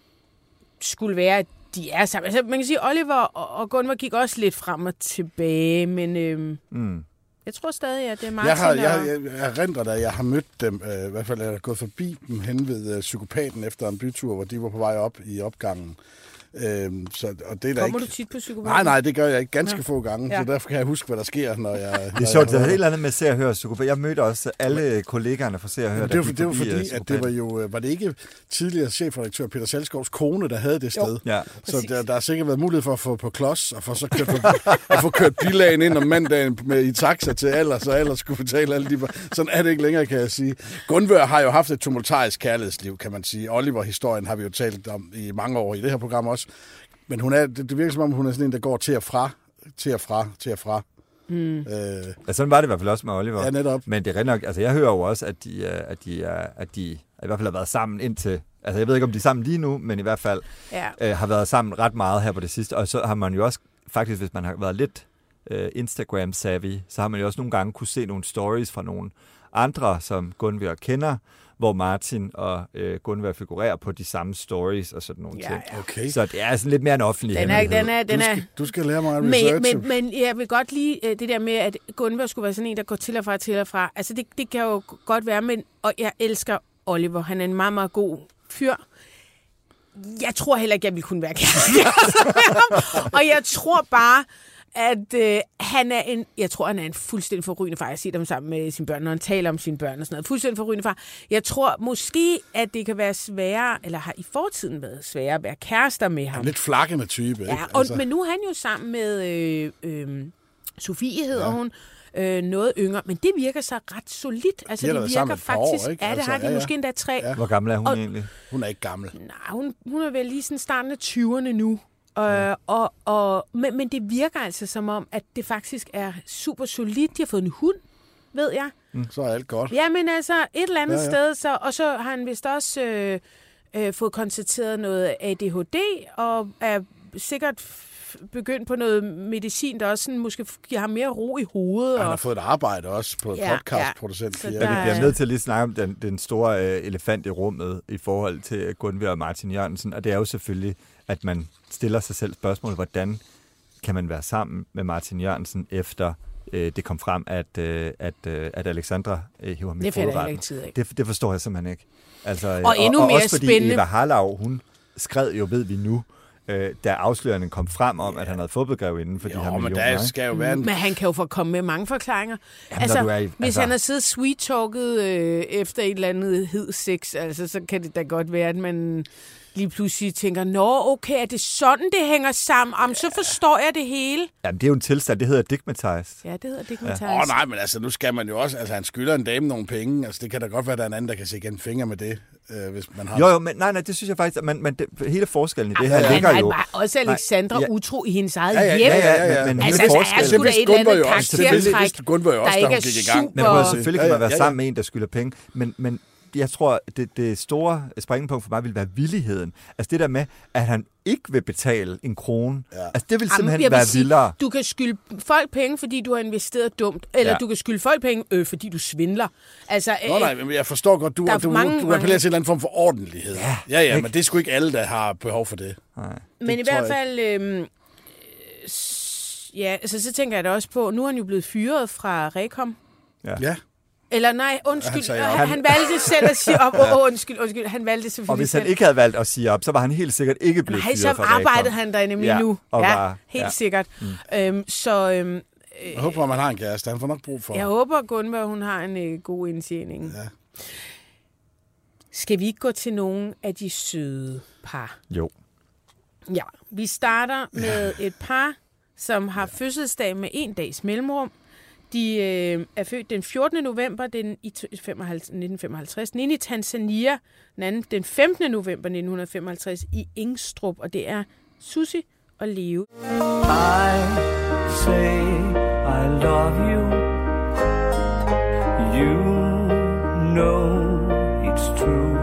skulle være, at de er sammen. Altså, man kan sige, at Oliver og, og Gunvor gik også lidt frem og tilbage, men øhm, Mm. jeg tror stadig, at det er Martin Jeg har, jeg, og... jeg, jeg erindrer da, jeg har mødt dem, øh, i hvert fald er jeg gået forbi dem hen ved øh, Psykopaten efter en bytur, hvor de var på vej op i opgangen. Øhm, så, og det er da Kommer ikke... du tit på psykopaten? Nej, nej, det gør jeg ikke ganske Ja. få gange, Ja. så derfor kan jeg huske, hvad der sker, når jeg... Det er sjovt, det er helt andet med Se og Hør Psykopat. Jeg mødte også alle kollegaerne fra Se og Hør, Det der var, gik det var forbi, fordi, øh, at det var Psykopaten. jo... øh, Var det ikke tidligere chefredaktør Peter Salskovs kone, der havde det sted? Ja. Så der, der har sikkert været mulighed for at få på klods, og for så kørt på, at få kørt bilagen ind om mandagen med, i taxa til Aller, så Aller skulle betale alle de... Sådan er det ikke længere, kan jeg sige. Gunvør har jo haft et tumultarisk kærlighedsliv, kan man sige. Oliver-historien har vi jo talt om i mange år i det her program også. Men hun er, det, det virker som om, hun er sådan en, der går til og fra, til og fra, til og fra. Mm. Øh, Ja, sådan var det i hvert fald også med Oliver. ja, netop. Men det er rent nok, altså jeg hører jo også, at de, øh, at de, er, at de i hvert fald har været sammen indtil, altså jeg ved ikke, om de er sammen lige nu, men i hvert fald Ja. øh, har været sammen ret meget her på det sidste. Og så har man jo også, faktisk hvis man har været lidt øh, Instagram-savvy, så har man jo også nogle gange kunne se nogle stories fra nogle andre, som Gunvør kender, hvor Martin og øh, Gunvør figurerer på de samme stories og sådan nogle Ja, ting. ja. Okay. Så det er sådan lidt mere en offentlig Den er, hemmelighed. den er, den Du er... skal, du skal lære mig at Men, researche. men, men jeg vil godt lide øh, det der med, at Gunvor skulle være sådan en, der går til og fra, til og fra. Altså, det, det kan jo godt være, men og jeg elsker Oliver. Han er en meget, meget god fyr. Jeg tror heller ikke, jeg ville kunne være kæreste med ham. Og jeg tror bare, at øh, han er en, jeg tror, han er en fuldstændig forrygende far. Jeg ser dem sammen med sine børn, når han taler om sine børn og sådan noget. Fuldstændig forrygende far. Jeg tror måske, at det kan være sværere, eller har i fortiden været sværere at være kærester med ham. En lidt flakkende type, ja, ikke? Og, Altså. Men nu er han jo sammen med øh, øh, Sofie, hedder ja. hun. Øh, noget yngre, men det virker så ret solidt. Altså, de det virker faktisk... År, ikke? Ja, det altså, har de ja, ja. måske endda tre. Ja. Hvor gammel er hun og, egentlig? Hun er ikke gammel. Nej, hun, hun er vel lige sådan starten af tyverne nu. Ja. Øh, og, og, men, men det virker altså som om, at det faktisk er super solidt. De har fået en hund, ved jeg. Mm. Så er alt godt. Ja, men altså et eller andet ja, ja. sted. Så, og så har han vist også øh, øh, fået konstateret noget A D H D, og er sikkert begyndt på noget medicin, der også sådan, måske giver ham mere ro i hovedet. Og han og... har fået et arbejde også på ja, podcastproducent. Ja. Men vi bliver nødt til at lige snakke om den, den store øh, elefant i rummet i forhold til Gunvor og Martin Jørgensen, og det er jo selvfølgelig, at man stiller sig selv spørgsmålet, hvordan kan man være sammen med Martin Jørgensen, efter øh, det kom frem, at, øh, at, øh, at Alexandra øh, hiver ham i fotoretten. Det, det forstår jeg simpelthen ikke. Altså, og endnu og, mere og også fordi spændende. Eva Harlau, hun skred jo, ved vi nu, øh, da afsløringen kom frem om, at han havde fodboldgrev inden for jo, de her millioner. Men, der skal jo være en... men han kan jo få komme med mange forklaringer. Jamen, altså, du er i, hvis altså... han har siddet sweet-talket øh, efter et eller andet hed sex, altså, så kan det da godt være, at man lige pludselig tænker, nå, okay, er det sådan, det hænger sammen? Jamen, så forstår jeg det hele. Jamen, det er jo en tilstand, det hedder digmatized. Ja, det hedder digmatized. Åh, ja. oh, nej, men altså, nu skal man jo også, altså, han skylder en dame nogle penge, altså, det kan da godt være, at der er en anden, der kan se gennem fingre med det, øh, hvis man har... Jo, jo, men nej, nej, det synes jeg faktisk, at man, man, det, hele forskellen i det her ja, ligger han jo... var også Alexandra nej, ja. utro i hendes eget ja, ja, hjem. Ja, ja, ja, ja. Men, men altså, hele altså, er sgu da et eller andet karaktertræk, der ikke er super... Men prøv, selvfølgelig kan man være sammen med en, der skylder penge, men... men jeg tror, det, det store springpunkt for mig vil være villigheden. Altså det der med, at han ikke vil betale en krone. Ja. Altså det vil simpelthen Jamen, være sige, vildere. Du kan skylde folk penge, fordi du har investeret dumt. Eller ja. du kan skylde folk penge, øh, fordi du svindler. Altså, Nå øh, nej, men jeg forstår godt, du, du, du, mange, du appellerer til en eller anden form for ordentlighed. Ja, ja, ja men det er sgu ikke alle, der har behov for det. Nej. Men det i hvert fald... Øh, ja, altså så tænker jeg da også på, nu er han jo blevet fyret fra Rekom. Ja. ja. Eller nej, undskyld, ja, han, han, han valgte selv at sige op. Åh, oh, undskyld, undskyld, han valgte selvfølgelig Og hvis han selv. ikke havde valgt at sige op, så var han helt sikkert ikke blevet nej, fyret fra så arbejdede han der nemlig ja, nu. Ja, var, helt ja. sikkert. Mm. Øhm, så... Øhm, øh, jeg håber, at man har en kæreste. Han får nok brug for. Jeg håber, Gunvor, hun har en øh, god indtjening. Ja. Skal vi ikke gå til nogle af de søde par? Jo. Ja, vi starter med et par, som har fødselsdag med en dags mellemrum. De øh, er født den fjortende november den, i nitten femoghalvtreds. Den ene i Tanzania, den anden den femtende november nitten femoghalvtreds i Ingstrup, og det er Susie og Leo. I say I love you. You know it's true.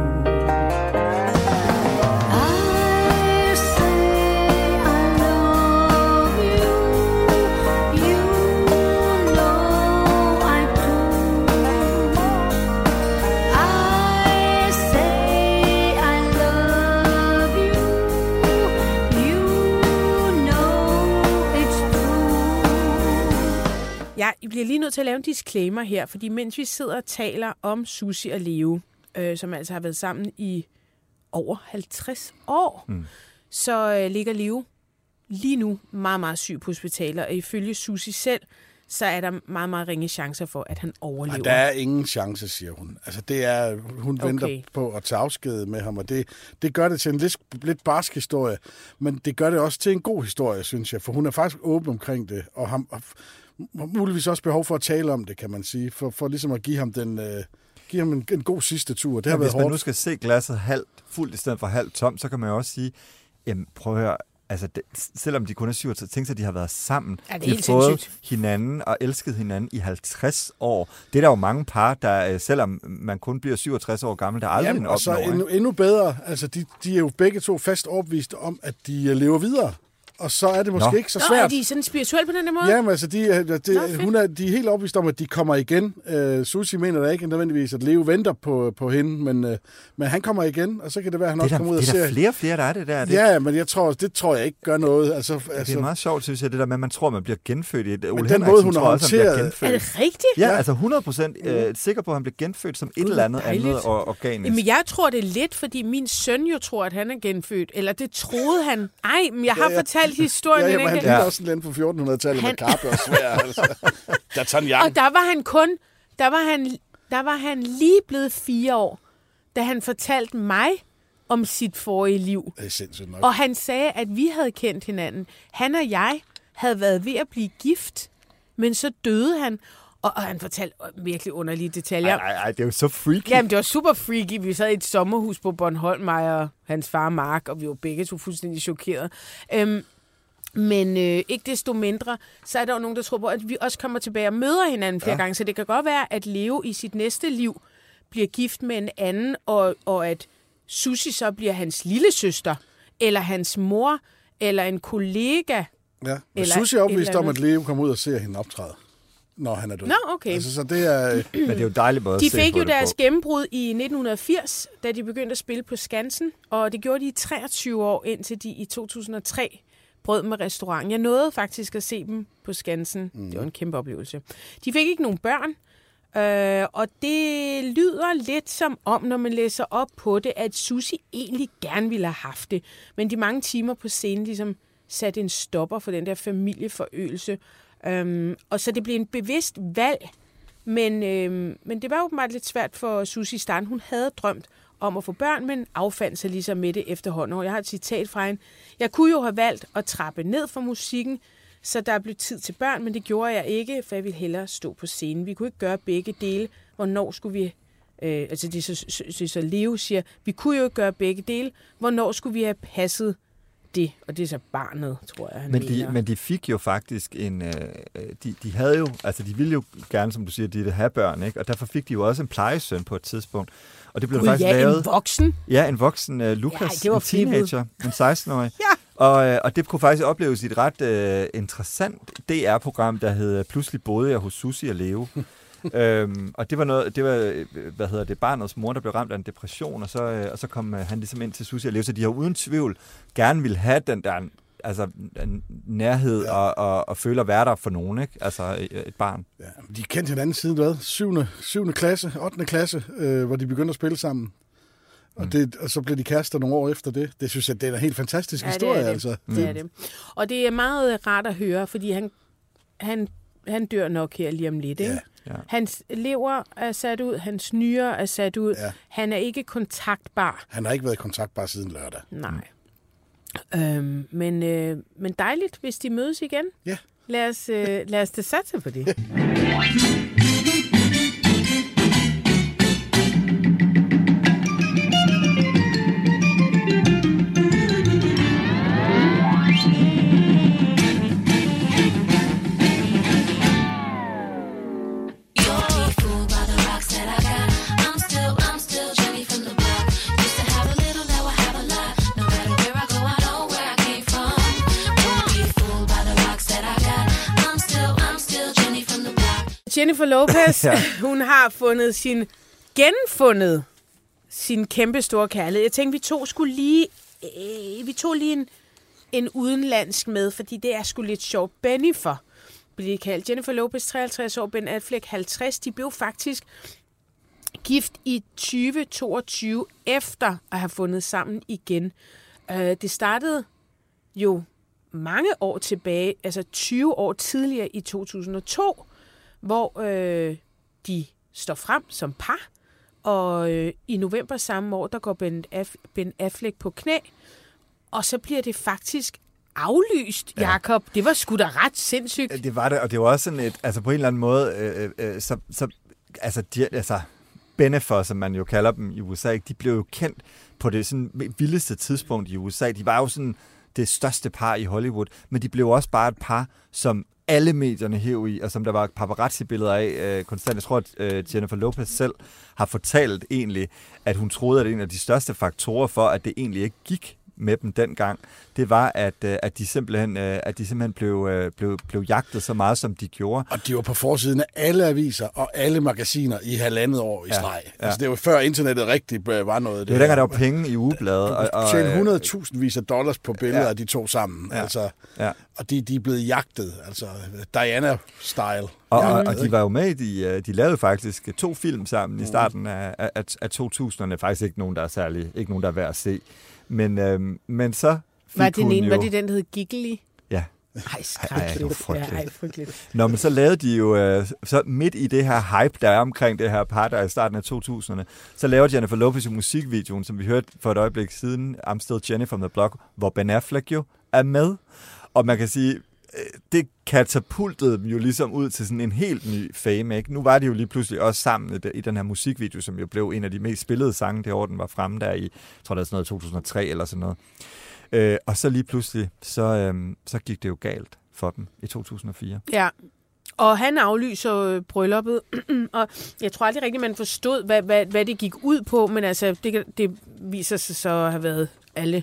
Ja, I bliver lige nødt til at lave en disclaimer her, fordi mens vi sidder og taler om Susie og Leo, øh, som altså har været sammen i over halvtreds år, mm. så øh, ligger Leo lige nu meget, meget syg på hospitaler, og ifølge Susie selv, så er der meget, meget ringe chancer for, at han overlever. Ej, der er ingen chance, siger hun. Altså, det er, hun okay. venter på at tage afsked med ham, og det, det gør det til en lidt, lidt barsk historie, men det gør det også til en god historie, synes jeg, for hun er faktisk åben omkring det, og ham har muligvis også behov for at tale om det, kan man sige, for, for ligesom at give ham den... Øh, give ham en, en god sidste tur. Det har ja, været hvis man hårdt. nu skal se glasset halvt fuldt i stedet for halvt tom, så kan man jo også sige, jamen prøv at høre, altså, det, selvom de kun er syvogtres, tænk sig, at de har været sammen. Ja, de har fået sindssygt. hinanden og elsket hinanden i halvtreds år. Det er der jo mange par, der, selvom man kun bliver syvogtres år gammel, der aldrig Jamen, en og så opnår. endnu, endnu bedre, altså de, de er jo begge to fast overbeviste om, at de lever videre. Og så er det måske Nå. ikke så Nå, svært. er de sådan spirituelle på den der måde? Jamen, altså, de, er- de, Nå, hun er, de er helt overbevist om, at de kommer igen. Uh, Susie mener da ikke nødvendigvis, at Leo venter på, på hende, men, uh, men han kommer igen, og så kan det være, at han Det også er kommer ud der, og det er der ser... flere og flere, der er det der. Det, Ja, men jeg tror, det tror jeg ikke gør noget. Altså, det altså, er meget sjovt, synes jeg, det der med, at man tror, man bliver genfødt i et. Ole den Henriksen måde, hun har tror også, han bliver håndteret- genfødt. Er det rigtigt? Ja, altså hundrede procent øh, sikker på, at han bliver genfødt som et Gud, eller andet dejligt. andet og organisk. Jamen, jeg tror det er lidt, fordi min søn jo tror, at han er genfødt. Eller det troede han. Ej, men jeg har Ja, ja. fortalt historien. ja, men jamen, han ikke- ligner også en land på fjortenhundredetallet Han- med karpe og svær. Altså. D'Artagnan. Og der var han kun, der var han, der var han lige blevet fire år, da han fortalte mig om sit forrige liv. Det er sindssygt nok. Og han sagde, at vi havde kendt hinanden. Han og jeg havde været ved at blive gift, men så døde han. Og, og han fortalte virkelig underlige detaljer. Ej, ej, ej, det er jo så freaky. Jamen, det var super freaky. Vi sad i et sommerhus på Bornholm, mig og hans far Mark, og vi var begge to fuldstændig chokerede. Øhm, men øh, ikke desto mindre, så er der jo nogen, der tror på, at vi også kommer tilbage og møder hinanden flere ja. gange. Så det kan godt være, at Leo i sit næste liv bliver gift med en anden, og, og at Susie så bliver hans lille søster, eller hans mor, eller en kollega. Ja, men Eller Susie er overbevist et eller om, at andet. Leo kommer ud og ser hende optræde, når han er død. Nå, okay. Altså, så det er... Men det er jo dejligt måde at De se fik på jo det deres på. gennembrud i nitten firs, da de begyndte at spille på Skansen, og det gjorde de i treogtyve år, indtil de i to tusind og tre brød med restauranten. Jeg nåede faktisk at se dem på Skansen. Mm. Det var en kæmpe oplevelse. De fik ikke nogen børn, øh, og det lyder lidt som om, når man læser op på det, at Susie egentlig gerne ville have haft det. Men de mange timer på scenen ligesom satte en stopper for den der familieforøgelse. Um, og så det blev en bevidst valg, men, øhm, men det var jo meget lidt svært for Susie i starten. Hun havde drømt om at få børn, men affandt sig ligesom med det efterhånden. Og jeg har et citat fra hende. Jeg kunne jo have valgt at trappe ned for musikken, så der blev tid til børn, men det gjorde jeg ikke, for jeg ville hellere stå på scenen. Vi kunne ikke gøre begge dele. Hvornår skulle vi... Øh, altså det er så, så, så, så Leo siger, vi kunne jo ikke gøre begge dele. Hvornår skulle vi have passet det? Og det er så barnet, tror jeg, han Men de, mener. men de fik jo faktisk en... Øh, de, de havde jo... Altså, de ville jo gerne, som du siger, de ville have børn, ikke? Og derfor fik de jo også en plejesøn på et tidspunkt. Og det blev Gud, faktisk ja, lavet... en voksen. Ja, en voksen uh, Lukas, Ja, det var en teenager, en seksten-årig. Ja. Og, øh, og det kunne faktisk opleves i et ret øh, interessant D R-program, der hed Pludselig boede jeg hos Susie og Leo. øhm, og det var noget, det var, øh, hvad hedder det, barnets mor, der blev ramt af en depression, og så, øh, og så kom øh, han ligesom ind til Susie og Leo, så de har uden tvivl gerne ville have den der altså, nærhed ja. og, og, og føle at være der for nogen, ikke? Altså et barn. Ja, de kendte hinanden siden hvad? syvende, syvende klasse, ottende klasse, øh, hvor de begyndte at spille sammen. Og, det, og så blev de kærester nogle år efter det. Det synes jeg, det er en helt fantastisk Ja, det historie. er det. Altså. Det er det. Og det er meget rart at høre, fordi han, han, han dør nok her lige om lidt. Ikke? Ja. Ja. Hans lever er sat ud, hans nyre er sat ud. Ja. Han er ikke kontaktbar. Han har ikke været i kontakt bare siden lørdag. Nej. Mm. Øhm, men, øh, men dejligt, hvis de mødes igen. Ja. Lad os, øh, lad os det satse på det. Jennifer Lopez, ja. Hun har fundet sin, genfundet sin kæmpe store kærlighed. Jeg tænkte, vi to skulle lige, øh, vi tog lige en, en udenlandsk med, fordi det er sgu lidt sjovt. Bennifer bliver kaldt. Jennifer Lopez, treoghalvtreds år, Ben Affleck, halvtreds. De blev faktisk gift i tyve toogtyve, efter at have fundet sammen igen. Uh, det startede jo mange år tilbage, altså tyve år tidligere i to tusind og to, hvor øh, de står frem som par, og øh, i november samme år, der går Ben, Aff- Ben Affleck på knæ, og så bliver det faktisk aflyst, Jakob. Ja. Det var sgu da ret sindssygt. Det var det, og det var også sådan et, altså på en eller anden måde, øh, øh, så, så, altså, de, altså Bennifer, som man jo kalder dem i U S A, ikke, de blev jo kendt på det sådan vildeste tidspunkt i U S A. De var jo sådan det største par i Hollywood, men de blev også bare et par, som alle medierne hev i, og som der var paparazzi-billeder af øh, konstant. Jeg tror, at øh, Jennifer Lopez selv har fortalt egentlig, at hun troede, at en af de største faktorer for, at det egentlig ikke gik med dem dengang, det var, at, øh, at de simpelthen, øh, at de simpelthen blev, øh, blev, blev jagtet så meget, som de gjorde. Og de var på forsiden af alle aviser og alle magasiner i halvandet år i Ja, streg. ja. Altså, det var før internettet rigtig var noget. Det var dengang, der var penge i ugebladet. Og, og, tjente hundrede tusind vis af dollars på billeder Ja. af de to sammen. Ja. Altså, Ja. og de, de er blevet jagtet. Altså, Diana-style. Og, Ja, og, og de var jo med i, de, de lavede faktisk to film sammen i starten af, af, af to tusinderne. Faktisk ikke nogen, der er særlig, ikke nogen, der er værd at se. Men, øhm, men så fik Var det hun den ene, jo... var det den, der hed Giggly? Ja. Ej, Ej, det var skrækkeligt. frygteligt. Ja, ej, frygteligt. Nå, men så lavede de jo, øh, så midt i det her hype, der er omkring det her par, der er i starten af to tusinderne, så lavede Jennifer Lopez jo musikvideoen, som vi hørte for et øjeblik siden, I'm Still Jenny from the Block, hvor Ben Affleck jo er med. Og man kan sige, øh, det katapultede dem jo ligesom ud til sådan en helt ny fame, ikke? Nu var de jo lige pludselig også sammen i den her musikvideo, som jo blev en af de mest spillede sange, det år den var fremme der i, jeg tror det er sådan noget to tusind og tre eller sådan noget. Øh, og så lige pludselig, så, øh, så gik det jo galt for dem i to tusind og fire. Ja, og han aflyser øh, brylluppet, og jeg tror aldrig rigtigt, man forstod, hvad, hvad, hvad det gik ud på, men altså, det, det viser sig så at have været alle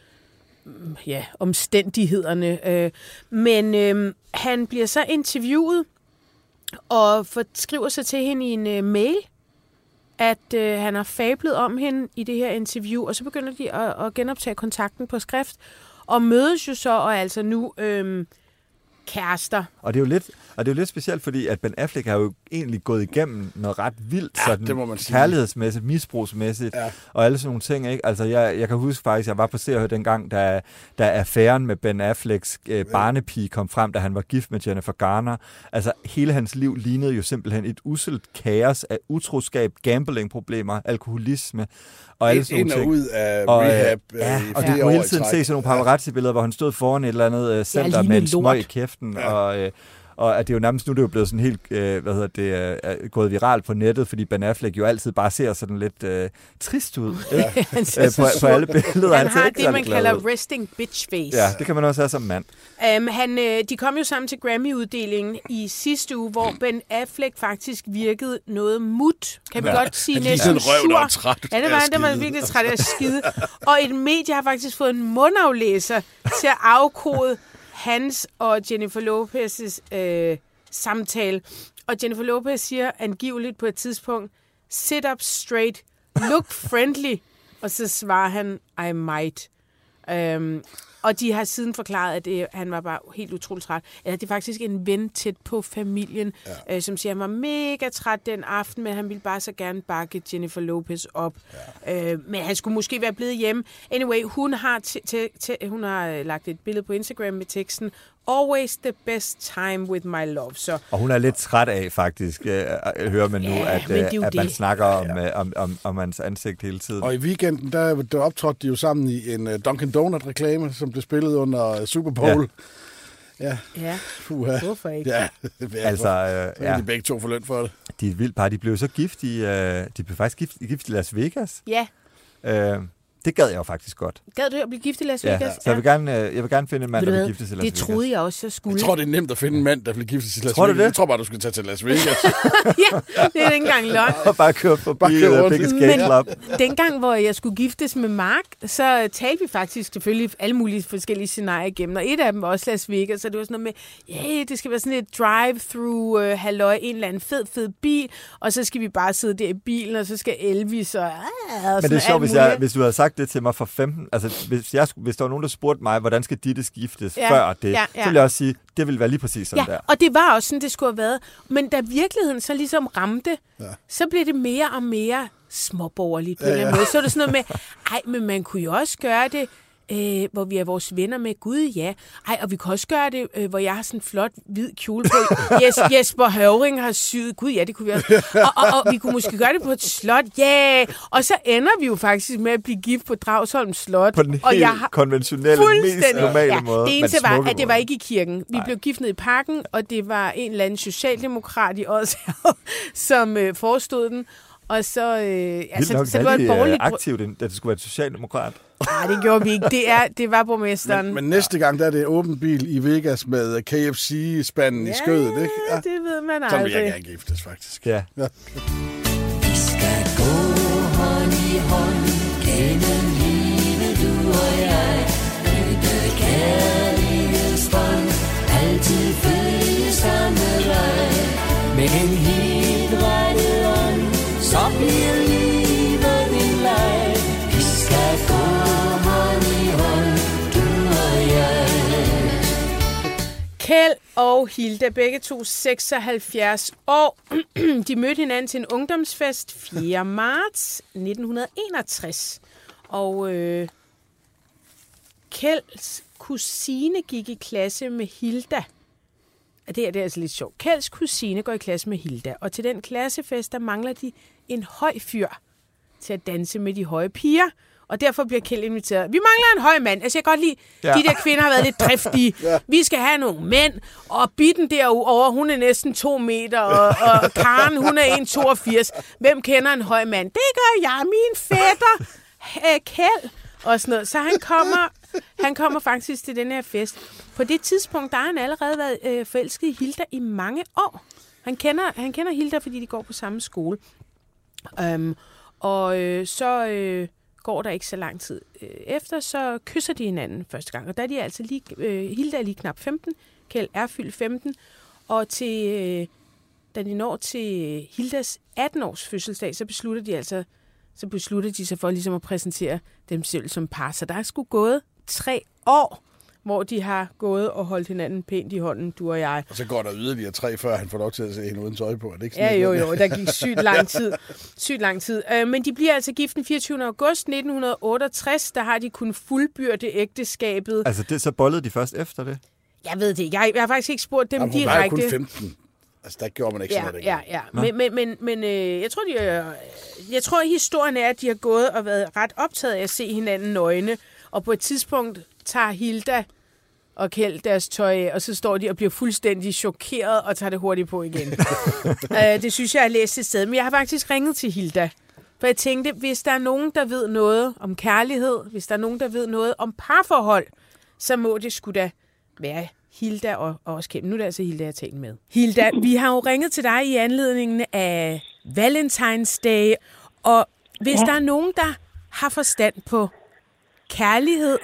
ja, omstændighederne. Øh, men øh, han bliver så interviewet, og for, skriver sig til hende i en øh, mail, at øh, han har fablet om hende i det her interview, og så begynder de at, at genoptage kontakten på skrift, og mødes jo så, og altså nu øh, kærester. Og det er jo lidt, og det er jo lidt specielt, fordi at Ben Affleck har jo egentlig gået igennem noget ret vildt, Ja, sådan det må man sige. kærlighedsmæssigt, misbrugsmæssigt, Ja. og alle sådan nogle ting, ikke? Altså, jeg, jeg kan huske faktisk, jeg var på Se og Hør dengang, da, da affæren med Ben Afflecks øh, barnepige kom frem, da han var gift med Jennifer Garner. Altså, hele hans liv lignede jo simpelthen et usselt kaos af utroskab, gamblingproblemer, alkoholisme, og alle sådan Ind nogle og ting. ud af Og, øh, rehab ja, øh, i og du flere kunne år hele i tiden træk. se sådan nogle paparazzi-billeder, hvor han stod foran et eller andet øh, center lignede med en smøg lort. i kæften, ja. og, øh, og at det er jo nærmest nu, det er jo blevet sådan helt, øh, hvad hedder det, øh, gået viralt på nettet, fordi Ben Affleck jo altid bare ser sådan lidt øh, trist ud, ikke? Han ser øh, så på, sur. på alle billeder. Han ser har ikke det, særlig man glad kalder ud. resting bitch face. Ja, det kan man også have som mand. Um, han, øh, de kom jo sammen til Grammy-uddelingen i sidste uge, hvor Ben Affleck faktisk virkede noget mut. Kan vi Ja, godt sige han næsten lignede en røv, der var sur. træt Ja, det af var at han. Der var skide. virkelig træt af at skide. Og et medie har faktisk fået en mundaflæser til at afkode hans og Jennifer Lopez's øh, samtale. Og Jennifer Lopez siger angiveligt på et tidspunkt, sit up straight, look friendly. Og så svarer han, I might. Um, og de har siden forklaret, at det, han var bare helt utroligt træt. Eller det er faktisk en ven tæt på familien, ja. øh, som siger, at han var mega træt den aften, men han ville bare så gerne bakke Jennifer Lopez op. Ja. Øh, men han skulle måske være blevet hjemme. Anyway, hun har, t- t- t- hun har lagt et billede på Instagram med teksten, always the best time with my love. Så Og hun er lidt træt af, faktisk, øh, hører man nu, Ja, at, men det er jo øh, at man det. snakker om, øh, om, om, om hans ansigt hele tiden. Og i weekenden, der, der optrådte de jo sammen i en uh, Dunkin' Donut-reklame, som blev spillet under Super Bowl. Ja. ja, Puha. hvorfor ikke? Ja. Altså, øh, Så er ja, de begge to for løn for det. de er et vildt par. De blev så gift i, øh, de blev faktisk gift, gift i Las Vegas. Ja, Øh, det gad jeg jo faktisk godt. gad du at blive gift i Las Ja, Vegas? så jeg vil gerne, øh, jeg vil gerne finde en mand, Ved du der hvad? vil giftes i Las Det Vegas. troede jeg også, jeg skulle. Jeg tror, det er nemt at finde en mand, der bliver gift til Las Tror du Vegas. det? Jeg tror bare, du skal tage til Las Vegas. Ja, det er ikke engang løgn. Og bare køre forbi Bare køre uh, rundt. Big Skate Club. Dengang, hvor jeg skulle giftes med Mark, så talte vi faktisk selvfølgelig alle mulige forskellige scenarier igennem, og et af dem var også Las Vegas, så det var sådan noget med, ja, yeah, det skal være sådan et drive-through, uh, halløj, en eller anden fed, fed bil, og så skal vi bare sidde der i bilen, og så skal Elvis og... Ah, og Men det er sådan sjovt, alt hvis, muligt. jeg, hvis du havde sagt det til mig for femten... Altså, hvis, jeg, hvis der var nogen, der spurgte mig, hvordan skal Ditte skiftes Ja, før det, ja, ja. så ville jeg også sige, det ville være lige præcis sådan Ja, der. og det var også sådan, det skulle have været. Men da virkeligheden så ligesom ramte, ja. så blev det mere og mere småborgerligt på en eller anden måde. Så er det sådan noget med, ej, men man kunne jo også gøre det, øh, hvor vi er vores venner med. Gud, ja. Ej, og vi kan også gøre det, øh, hvor jeg har sådan en flot hvid kjole på. Yes, Jesper Høvring har syet. Gud, ja, det kunne vi også. Og, og, og vi kunne måske gøre det på et slot. Ja! Yeah. Og så ender vi jo faktisk med at blive gift på Dragsholm Slot. På den og helt jeg har konventionelle, mest normale ja, måde. det eneste men var, smukke at det måde. var ikke i kirken. Vi Nej. blev gift ned i parken, og det var en eller anden socialdemokrat i Odsherred, som øh, forestod den. Og så, øh, altså, nok, så det var et borgerligt... aktivt, at det skulle være et socialdemokrat. Nej, det gjorde vi ikke. Det, er, det var borgmesteren. Men, men næste gang, der er det åben bil i Vegas med K F C-spanden ja, i skødet, ikke? Ja, det ved man aldrig. Så vil jeg gerne giftes, faktisk. Ja. Ja. Vi skal gå hånd i hånd gennem livet, du og jeg. og Hilda, begge to seksoghalvfjerds år. De mødte hinanden til en ungdomsfest fjerde marts nitten enogtres. Og øh, Kjelds kusine gik i klasse med Hilda. Det her det er altså lidt sjovt. Kjelds kusine går i klasse med Hilda, og til den klassefest, der mangler de en høj fyr til at danse med de høje piger. Og derfor bliver Kjeld inviteret. Vi mangler en høj mand. Altså, jeg kan godt lide, ja. De der kvinder har været lidt driftige. Ja. Vi skal have nogle mænd. Og Bitten derovre, hun er næsten to meter. Og, og Karen, hun er en komma toogfirs. Hvem kender en høj mand? Det gør jeg, min fætter, Kjeld. Og sådan noget. Så han kommer, han kommer faktisk til den her fest. På det tidspunkt, der har han allerede været øh, forelsket i Hilda i mange år. Han kender, han kender Hilda, fordi de går på samme skole. Um, og øh, så... Øh, går der ikke så lang tid øh, efter, så kysser de hinanden første gang. Og der er de altså lige, øh, Hilda er lige knap femten, Kjeld er fyldt femten, og til, øh, da de når til Hildas atten-års fødselsdag, så beslutter de altså, så beslutter de sig for ligesom at præsentere dem selv som par. Så der er sgu gået tre år, hvor de har gået og holdt hinanden pænt i hånden, du og jeg. Og så går der yderligere tre, før han får lov til at se hende uden tøj på. Er det ikke sådan, ja, jo, jo, der gik sygt lang tid. Sygt lang tid. Øh, men de bliver altså gift den fireogtyvende august nitten otteogtres. Der har de kun fuldbyrdet ægteskabet. Altså, det, så bollede de først efter det? Jeg ved det ikke. Jeg, jeg har faktisk ikke spurgt dem Jamen, direkte. Hun var kun femten. Altså, der gjorde man ikke ja, sådan noget. Ja, ja. Men, men, men, men øh, jeg tror, de, øh, jeg tror, at historien er, at de har gået og været ret optaget af at se hinanden nøgne. Og på et tidspunkt tager Hilda og Kjeld deres tøj af, og så står de og bliver fuldstændig chokeret og tager det hurtigt på igen. uh, det synes jeg, jeg har læst et sted. Men jeg har faktisk ringet til Hilda, for jeg tænkte, hvis der er nogen, der ved noget om kærlighed, hvis der er nogen, der ved noget om parforhold, så må det sgu da være Hilda og, og også Kjeld. Nu er det altså Hilda, jeg har talt med. Hilda, vi har jo ringet til dig i anledningen af Valentine's Day, og hvis ja. der er nogen, der har forstand på kærlighed,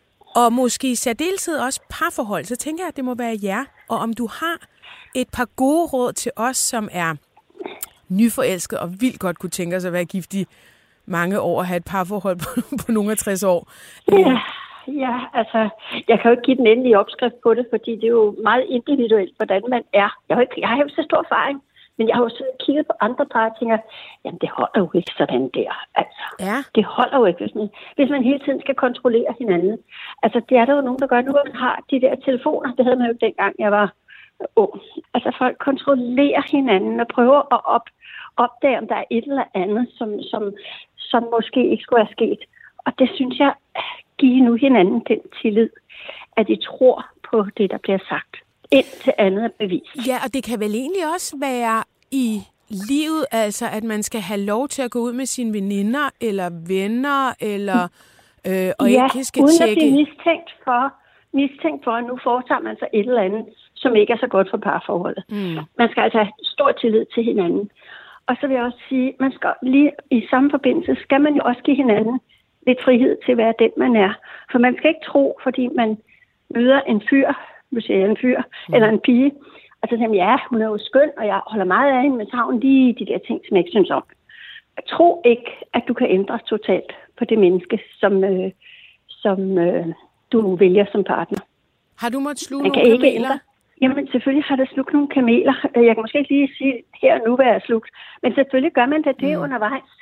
og måske i særdeleshed også parforhold, så tænker jeg, at det må være jer. Og om du har et par gode råd til os, som er nyforelsket og vildt godt kunne tænke os at være gift i mange år og have et parforhold på, på nogle af tres år. Ja, ja, altså, jeg kan jo ikke give den endelige opskrift på det, fordi det er jo meget individuelt, hvordan man er. Jeg har, ikke, jeg har jo så stor erfaring, men jeg har jo sådan kigget på andre par og tænker, jamen det holder jo ikke sådan der. Altså, ja. Det holder jo ikke, hvis man, hvis man hele tiden skal kontrollere hinanden. Altså, det er der jo nogen, der gør nu, at man har de der telefoner. Det havde man jo dengang, jeg var ung. Altså, folk kontrollerer hinanden og prøver at op, opdage, om der er et eller andet, som, som, som måske ikke skulle have sket. Og det synes jeg, giver nu hinanden den tillid, at de tror på det, der bliver sagt. Indtil andet er bevis. Ja, og det kan vel egentlig også være i livet, altså at man skal have lov til at gå ud med sine veninder eller venner, eller øh, og ja, ikke skal uden tjekke. at blive mistænkt for, mistænkt for, at nu foretager man sig et eller andet, som ikke er så godt for parforholdet. Mm. Man skal altså have stor tillid til hinanden. Og så vil jeg også sige, man skal lige i samme forbindelse, skal man jo også give hinanden lidt frihed til at være den, man er. For man skal ikke tro, fordi man møder en fyr, hvis jeg er en fyr, mm. eller en pige, og så siger ja, hun er jo skøn, og jeg holder meget af hende, men så har hun lige de der ting, som jeg ikke synes om. Jeg tror ikke, at du kan ændre totalt på det menneske, som, øh, som øh, du vælger som partner. Har du måttet sluge Man nogle kameler? Jamen, selvfølgelig har der slugt nogle kameler. Jeg kan måske ikke lige sige her og nu, hvad jeg har slugt, men selvfølgelig gør man da det mm. undervejs.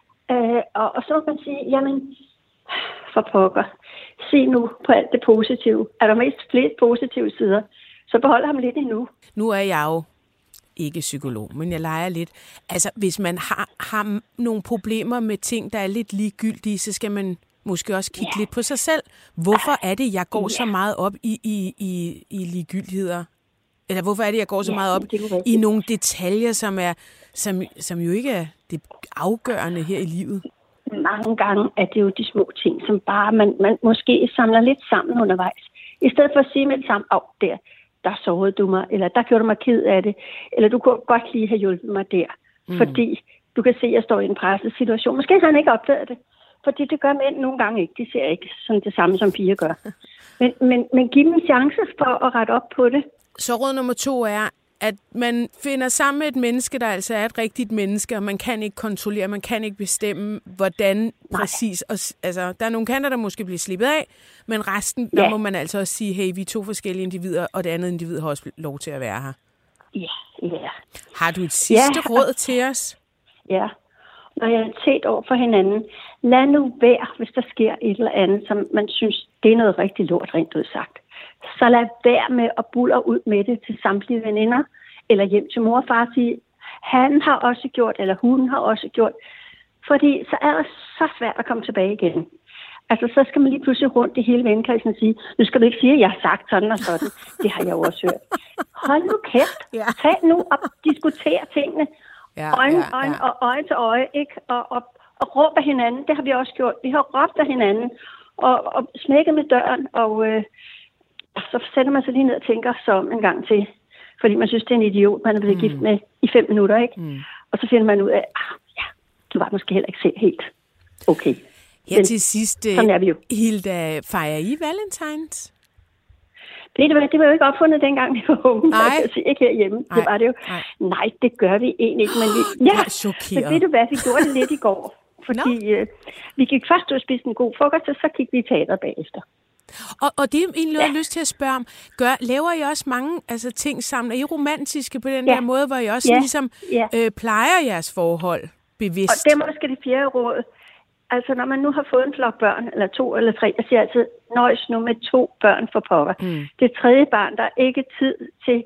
Øh, og, og så må man sige, jamen, for pokker, se nu på alt det positive. Er der mest flest positive sider, så beholder ham lidt endnu. Nu er jeg jo ikke psykolog, men jeg leger lidt. Altså, hvis man har, har nogle problemer med ting, der er lidt ligegyldige, så skal man måske også kigge ja. lidt på sig selv. Hvorfor er det, jeg går ja. så meget op i, i, i, i ligegyldigheder? Eller hvorfor er det, jeg går så ja, meget op i nogle detaljer, som, er, som, som jo ikke er det afgørende her i livet? Mange gange er det jo de små ting, som bare man, man måske samler lidt sammen undervejs. I stedet for at sige med det samme, åh, oh, der, der sårede du mig, eller der gjorde du mig ked af det, eller du kunne godt lige have hjulpet mig der, mm. fordi du kan se, at jeg står i en presset situation. Måske har han ikke opdaget det, fordi det gør mænd nogle gange ikke. De ser ikke sådan det samme, som piger gør. Men, men, men giv dem en chance for at rette op på det. Så råd nummer to er, at man finder sammen med et menneske, der altså er et rigtigt menneske, og man kan ikke kontrollere, man kan ikke bestemme, hvordan Nej. præcis. Og, altså, der er nogle kanter, der måske bliver slippet af, men resten, ja. der må man altså også sige, hey, vi er to forskellige individer, og det andet individ har også lov til at være her. Ja, ja. Har du et sidste ja. råd til os? Ja. Når jeg har set over for hinanden, lad nu være, hvis der sker et eller andet, som man synes, det er noget rigtig lort, rent ud sagt. Så lad være med at buller ud med det til samtlige veninder, eller hjem til mor og far og sige, han har også gjort, eller hun har også gjort. Fordi så er det så svært at komme tilbage igen. Altså, så skal man lige pludselig rundt i hele vennekredsen og sige, nu skal du ikke sige, at jeg har sagt sådan og sådan. Det har jeg jo også hørt. Hold nu kæft. Ja. Tag nu og diskuter tingene. Ja, øjne, ja, ja. øjne og øje til øje, ikke? Og, og, og råb af hinanden. Det har vi også gjort. Vi har råbt af hinanden og, og smækket med døren, og øh, så sætter man sig lige ned og tænker så om en gang til. Fordi man synes, det er en idiot, man er blevet mm. gift med i fem minutter, ikke? Mm. Og så finder man ud af, ah, ja, du var måske heller ikke selv helt okay. Her Men til sidst, sådan er vi jo. Hilda, fejrer I Valentines? Det, det, var, det var jo ikke opfundet dengang, vi var unge. Nej. Altså, ikke herhjemme. Nej. Det var det jo. Nej. Nej, det gør vi egentlig ikke. Men vi, ja, men ved du hvad, vi gjorde det lidt i går. Fordi øh, vi gik først ud og spiste en god frokost, og så gik vi i teateret bagefter. Og, og det er egentlig noget, jeg har lyst til at spørge om. Gør, laver I også mange altså, ting sammen? Er I romantiske på den ja. der måde, hvor I også ja. ligesom ja. Øh, plejer jeres forhold bevidst? Og det er måske det fjerde råd. Altså, når man nu har fået en flok børn, eller to eller tre, jeg siger altid, nøjes nu med to børn for pokker. Mm. Det tredje barn, der er ikke tid til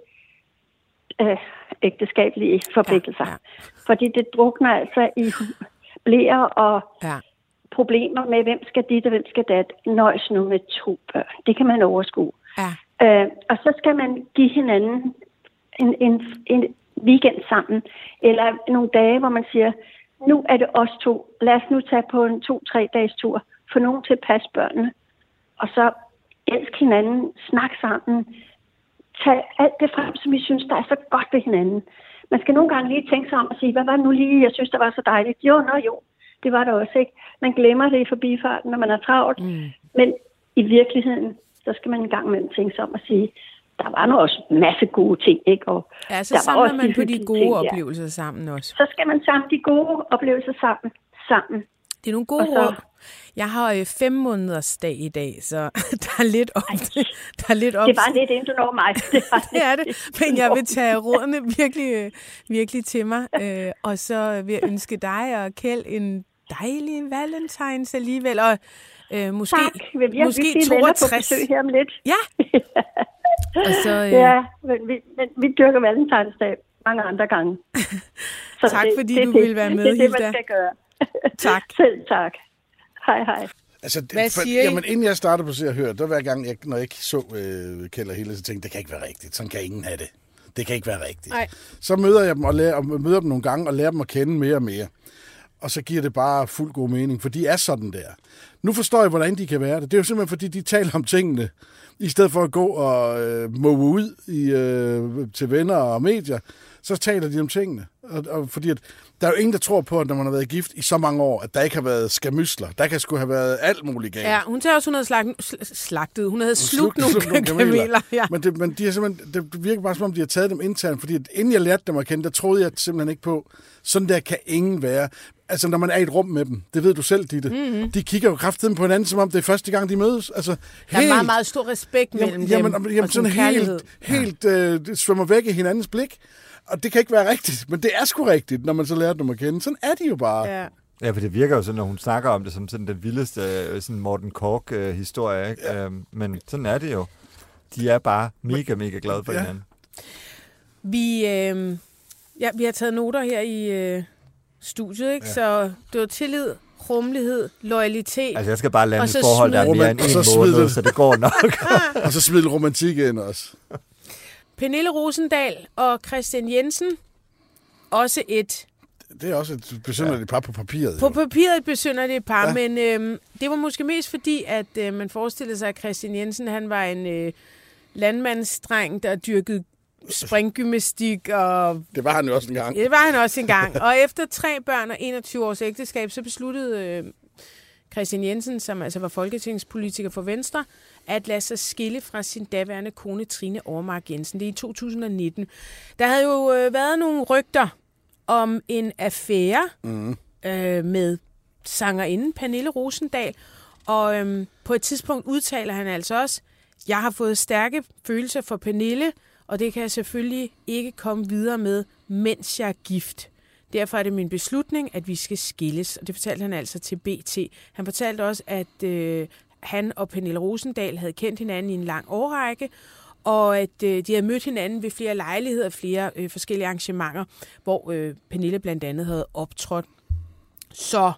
øh, ægteskabelige forpligtelser. Ja, ja. Fordi det drukner altså i blæer og ja. problemer med, hvem skal dit og hvem skal dat. Nøjes nu med to børn. Det kan man overskue. Ja. Øh, og så skal man give hinanden en, en, en weekend sammen, eller nogle dage, hvor man siger, nu er det os to. Lad os nu tage på en to-tre dages tur. Få nogen til at passe børnene. Og så elsk hinanden. Snak sammen. Tag alt det frem, som I synes, der er så godt ved hinanden. Man skal nogle gange lige tænke sig om og sige, hvad var det nu lige, jeg synes, der var så dejligt? Jo, nå jo. Det var der også, ikke? Man glemmer det i forbifarten, når man er travlt. Mm. Men i virkeligheden, så skal man en gang imellem tænke sig om at sige, der var nu også en masse gode ting, ikke? Og ja, så samler man på de gode ting, oplevelser ja. sammen også. Så skal man samle de gode oplevelser sammen. sammen. Det er nogle gode så, råd. Jeg har øh, fem måneders dag i dag, så der er lidt op. Der er lidt op. Det var lidt, inden du når mig. Det, det er det, men jeg vil tage rådene virkelig, virkelig til mig. Øh, og så vil jeg ønske dig og Kjeld en dejlig valentines alligevel. Og øh, måske, tak. Vi har måske toogtres. På besøg her om lidt. Ja. Og så, øh... ja, men vi, men vi dyrker valentinsdag mange andre gange. Så tak, det, fordi det, du det, ville være med, Hilda. Det er det, man skal gøre. Tak. Selv tak. Hej, hej. Altså, det, Hvad siger for, I? Jamen, inden jeg startede på Se og Hør, der hver gang, jeg, når jeg ikke så øh, Kjeld og Hilda, så tænkte jeg, det kan ikke være rigtigt. Sådan kan ingen have det. Det kan ikke være rigtigt. Nej. Så møder jeg dem og, lærer, og møder dem nogle gange og lærer dem at kende mere og mere. Og så giver det bare fuld god mening, for de er sådan der. Nu forstår jeg, hvordan de kan være det. Det er jo simpelthen, fordi de taler om tingene, i stedet for at gå og øh, måge ud i, øh, til venner og medier, så taler de om tingene. Og, og fordi at, der er jo ingen, der tror på, at når man har været gift i så mange år, at der ikke har været skamysler. Der kan sgu have været alt muligt galt. Ja, hun tager også, hun havde slag, slagtet. Hun havde slugt nogle, nogle kameler. Ja. Men, det, men de har simpelthen, det virker bare, som om de har taget dem internt, fordi at inden jeg lærte dem at kende, der troede jeg simpelthen ikke på, sådan der kan ingen være. Altså, når man er i et rum med dem, det ved du selv, Ditte. Mm-hmm. De kigger jo kraftigt på hinanden, som om det er første gang, de mødes. Altså, der er helt, meget, meget stor respekt mellem jamen, dem. Jamen, jamen sådan helt, helt ja. øh, det svømmer væk i hinandens blik. Og det kan ikke være rigtigt, men det er sgu rigtigt, når man så lærer dem at kende. Sådan er de jo bare. Ja. Ja, for det virker jo sådan, når hun snakker om det, som sådan den vildeste sådan Morten Korch-historie, ikke? Ja. Øhm, men sådan er det jo. De er bare mega, mega glade for ja. hinanden. Vi, øh, ja, vi har taget noter her i øh, studiet, ikke? Ja. Så det var tillid, rummelighed, loyalitet. Altså, jeg skal bare lande et forhold, der er mere end en måned, det. Så det går nok. Og så smid romantik ind også. Pernille Rosendal og Christian Jensen, også et... Det er også et besynderligt par på papiret. På papiret et besynderligt par, ja. men øhm, det var måske mest fordi, at øh, man forestillede sig, at Christian Jensen, han var en øh, landmandsdreng, der dyrkede springgymnastik. Og det var han jo også en gang. Det var han også en gang. Og efter tre børn og enogtyve års ægteskab, så besluttede øh, Christian Jensen, som altså var folketingspolitiker for Venstre, at lade sig skille fra sin daværende kone Trine Overmark Jensen. Det er i to tusind og nitten. Der havde jo øh, været nogle rygter om en affære mm. øh, med sangerinden Pernille Rosendahl, og øh, på et tidspunkt udtaler han altså også, jeg har fået stærke følelser for Pernille, og det kan jeg selvfølgelig ikke komme videre med, mens jeg er gift. Derfor er det min beslutning, at vi skal skilles. Og det fortalte han altså til B T. Han fortalte også, at øh, han og Pernille Rosendahl havde kendt hinanden i en lang årrække, og at øh, de havde mødt hinanden ved flere lejligheder, flere øh, forskellige arrangementer, hvor øh, Pernille blandt andet havde optrådt. Så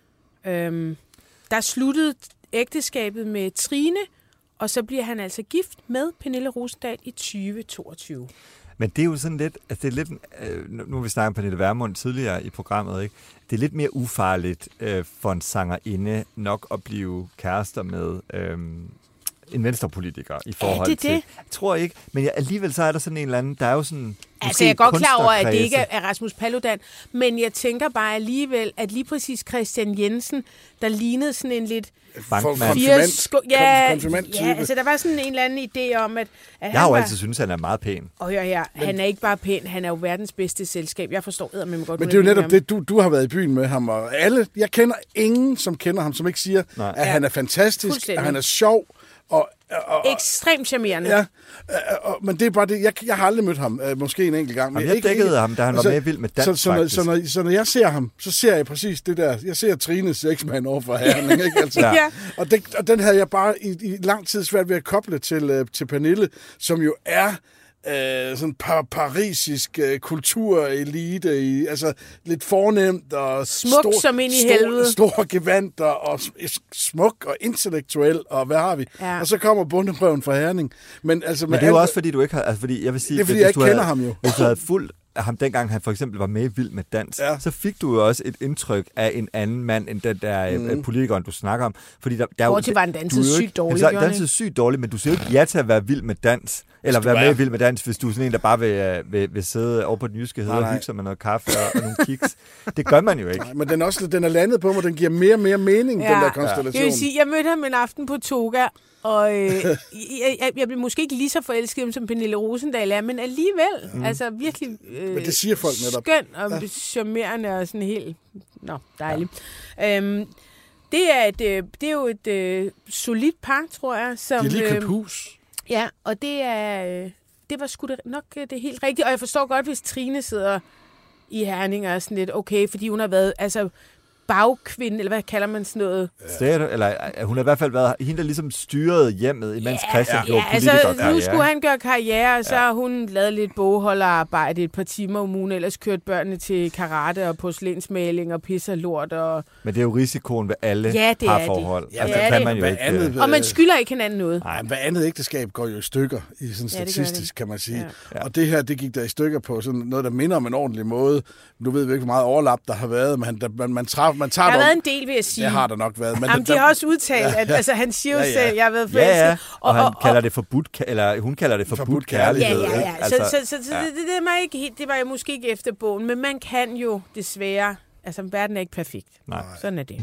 øh, der sluttede ægteskabet med Trine, og så bliver han altså gift med Pernille Rosendahl i tyve toogtyve. Men det er jo sådan lidt, altså det er lidt, øh, nu har vi snakket om Pernille Vermund tidligere i programmet, ikke? Det er lidt mere ufarligt øh, for en sangerinde nok at blive kærester med øh, en venstrepolitiker i forhold det til. Det? Jeg tror ikke, men jeg, alligevel så er der sådan en eller anden, der er jo sådan. Altså jeg er godt klar over, at det ikke er Rasmus Paludan, men jeg tænker bare alligevel, at lige præcis Christian Jensen, der lignede sådan en lidt Konfirmant. Ja, Konfirmant-type. ja, altså der var sådan en eller anden idé om, at, at jeg har jo var, altid syntes, at han er meget pæn. Og hør her, men, han er ikke bare pæn, han er jo verdens bedste selskab. Jeg forstår eddermame godt. Men det er jo netop det, du, du har været i byen med ham, og alle, jeg kender ingen, som kender ham, som ikke siger, Nej. at ja. han er fantastisk, at han er sjov, og Og, ekstremt charmerende. Ja, og, men det er bare det. Jeg, jeg har aldrig mødt ham, øh, måske en enkelt gang. Men Jamen, jeg ikke, dækkede ikke, ham, da han altså, var med Vild med Dans, så, så, når, så, når, så når jeg ser ham, så ser jeg præcis det der. Jeg ser Trines sexmand over for Herning, ikke? Altså, ja. og, det, og den havde jeg bare i, i lang tid svært ved at koble til, øh, til Pernille, som jo er Øh, sådan par parisisk øh, kulturelite, i, altså lidt fornemt og smuk stor, som ind i stor, helvede. Stor gevanter og smuk og intellektuel, og hvad har vi? Ja. Og så kommer bundeprøven fra Herning. Men, altså, Men det er jo alt, også fordi, du ikke har... Altså, fordi, jeg vil sige, det er fordi, jeg ikke kender havde, ham jo. Hvis du havde fulgt ham dengang, han for eksempel var med i Vild med Dans, ja. så fik du jo også et indtryk af en anden mand, end den der mm. politikeren, du snakker om. Fordi der, der Bortset var han dansede sygt dårligt. Han dansede sygt dårligt, men du siger jo ikke ja til at være vild med dans, eller være med i Vild med Dans, hvis du er sådan en, der bare vil, vil, vil sidde over på den jyske hede og hygge sig med noget kaffe og, og nogle kiks. Det gør man jo ikke. Nej, men den er også den er landet på mig, den giver mere og mere mening, ja. den der konstellation. Det vil sige, jeg mødte ham en aften på Toga, og øh, jeg, jeg, jeg blev måske ikke lige så forelsket som Pernille Rosendahl er, men alligevel, mm. altså virkelig øh, men det siger folk netop. Skøn og ja. charmerende og sådan helt, nå, dejligt. Ja. Øhm, det, er et, det er jo et øh, solidt par, tror jeg. Som, de er lige købt hus. Ja, og det er øh, det var sgu da nok det helt rigtige, og jeg forstår godt, hvis Trine sidder i Herning og er sådan lidt okay, fordi hun har været, altså bagkvinde, eller hvad kalder man sådan noget? Ja. Eller hun har i hvert fald været hende, der ligesom styrede hjemmet, imens ja, Christian gjorde ja, politiker. Altså, nu skulle han gøre karriere, og så ja. har hun lavet lidt bogholderarbejde et par timer om ugen, ellers kørt børnene til karate og porcelænsmaling og pisse og lort. Og... Men det er jo risikoen ved alle ja, det parforhold. Ja, altså, ja, kan det. man jo ikke. Andet, og man skylder ikke hinanden noget. Nej, men hvad andet ægteskab går jo i stykker, i sådan ja, statistisk, kan man sige. Ja. Og det her, det gik der i stykker på sådan noget, der minder om en ordentlig måde. Nu ved vi ikke, hvor meget overlap der har været, men der, man, man, træf, man tager... Der har været en del, vil jeg sige. Det har der nok været. Men Jamen, der, de har også udtalt, at altså, han siger jo ja, ja. selv, jeg har været forelsket. Ja, ja. Og, og han og, kalder det forbudt, eller hun kalder det forbudt kærlighed. Ja, ja, ja. Altså, så så, så ja. det, det, var ikke, det var jo måske ikke efter bogen, men man kan jo desværre, altså verden er ikke perfekt. Nej. Sådan er det.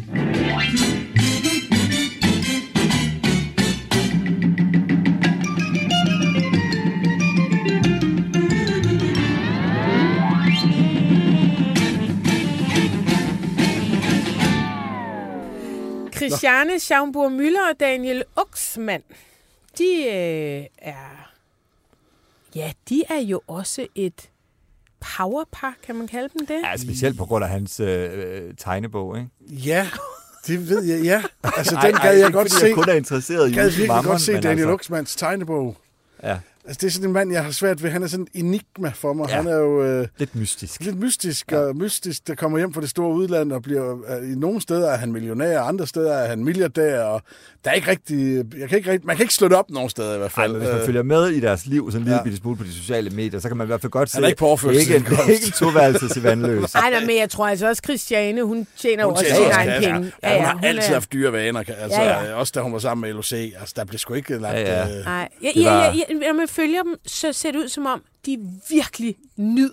Christiane Schaumburg-Müller og Daniel Oxman, de øh, er, ja, de er jo også et powerpar, kan man kalde dem det? Ja, specielt på grund af hans øh, tegnebog, ikke? Ja, det ved jeg, ja. Altså, den gad jeg godt se. Jeg kun er interesseret i gad virkelig mammon, godt se Daniel altså... Oxmans tegnebog. Ja. Altså, det er sådan en mand, jeg har svært ved. Han er sådan en enigma for mig. Ja. Han er jo... Øh, lidt mystisk. Lidt mystisk, ja. og mystisk, der kommer hjem fra det store udland og bliver... Øh, I nogle steder er han millionær, andre steder er han milliardær, og der er ikke rigtig... Jeg kan ikke rigtig man kan ikke slå det op nogen steder i hvert fald. Ej, hvis man følger med i deres liv, sådan en lille ja. bitte smule på de sociale medier, så kan man i hvert fald godt se... Han er ikke på overførsel. Ikke en, ikke en toværelse til vandløs. Ej, men jeg tror altså også, Christiane, hun tjener hun også sin egen penge. Ja, ja, hun har hun altid er... haft dyre vaner. Altså, ja, ja. Også da hun var sammen med L O C. Altså, der blev sgu ikke lagt... Ja, ja. Nej, ja, ja, ja, ja, når man følger dem, så ser det ud som om, de virkelig nyder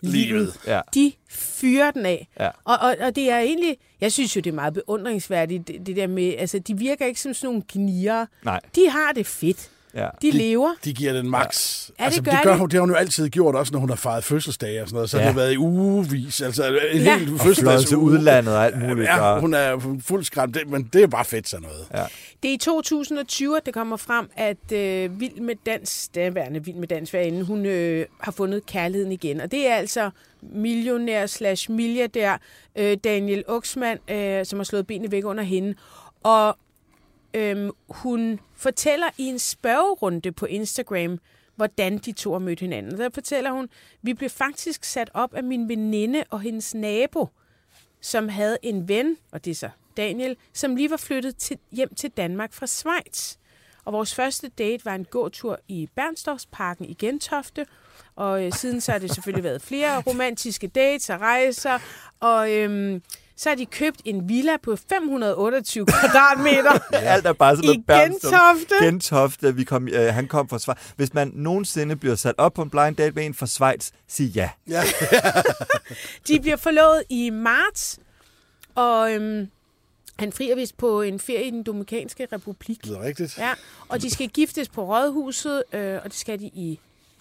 livet. Ja. De fyrer den af. Ja. Og, og, og det er egentlig, jeg synes jo, det er meget beundringsværdigt, det, det der med, altså de virker ikke som sådan nogle gnier. Nej. De har det fedt. Ja. De lever. De giver den max. Ja, altså, det gør det, gør de. hun, det har hun jo altid gjort, også når hun har fejret fødselsdage og sådan noget. Så Ja. har det været i ugevis. Altså en Ja. hel Og fløjet til fødselsdagsuge. udlandet og alt muligt. Ja, og- hun er fuld skræmt, det, men det er bare fedt sådan noget. Ja. Det er i to tusind og tyve, at det kommer frem, at øh, Vild med Dans, daværende Vild med Dans, værinde, hun øh, har fundet kærligheden igen. Og det er altså millionær slash milliardær øh, Daniel Oxman, øh, som har slået benene væk under hende. Og øh, hun fortæller i en spørgerunde på Instagram, hvordan de to har mødt hinanden. Der fortæller hun, vi blev faktisk sat op af min veninde og hendes nabo, som havde en ven, og det er så Daniel, som lige var flyttet til, hjem til Danmark fra Schweiz. Og vores første date var en gåtur i Bernstorffsparken i Gentofte, og øh, siden så har det selvfølgelig været flere romantiske dates og rejser, og øhm, så har de købt en villa på fem hundrede og otteogtyve kvadratmeter. Alt er bare sådan I noget Bernstorff. Gentofte. Gentofte. Vi kom, øh, han kom fra Schweiz. Hvis man nogensinde bliver sat op på en blind date med en fra Schweiz, sig ja. Ja. De bliver forlovet i marts, og øhm, han frier vist på en ferie i den Dominikanske Republik. Det er rigtigt. Ja, og de skal giftes på Rådhuset, øh, og det skal de i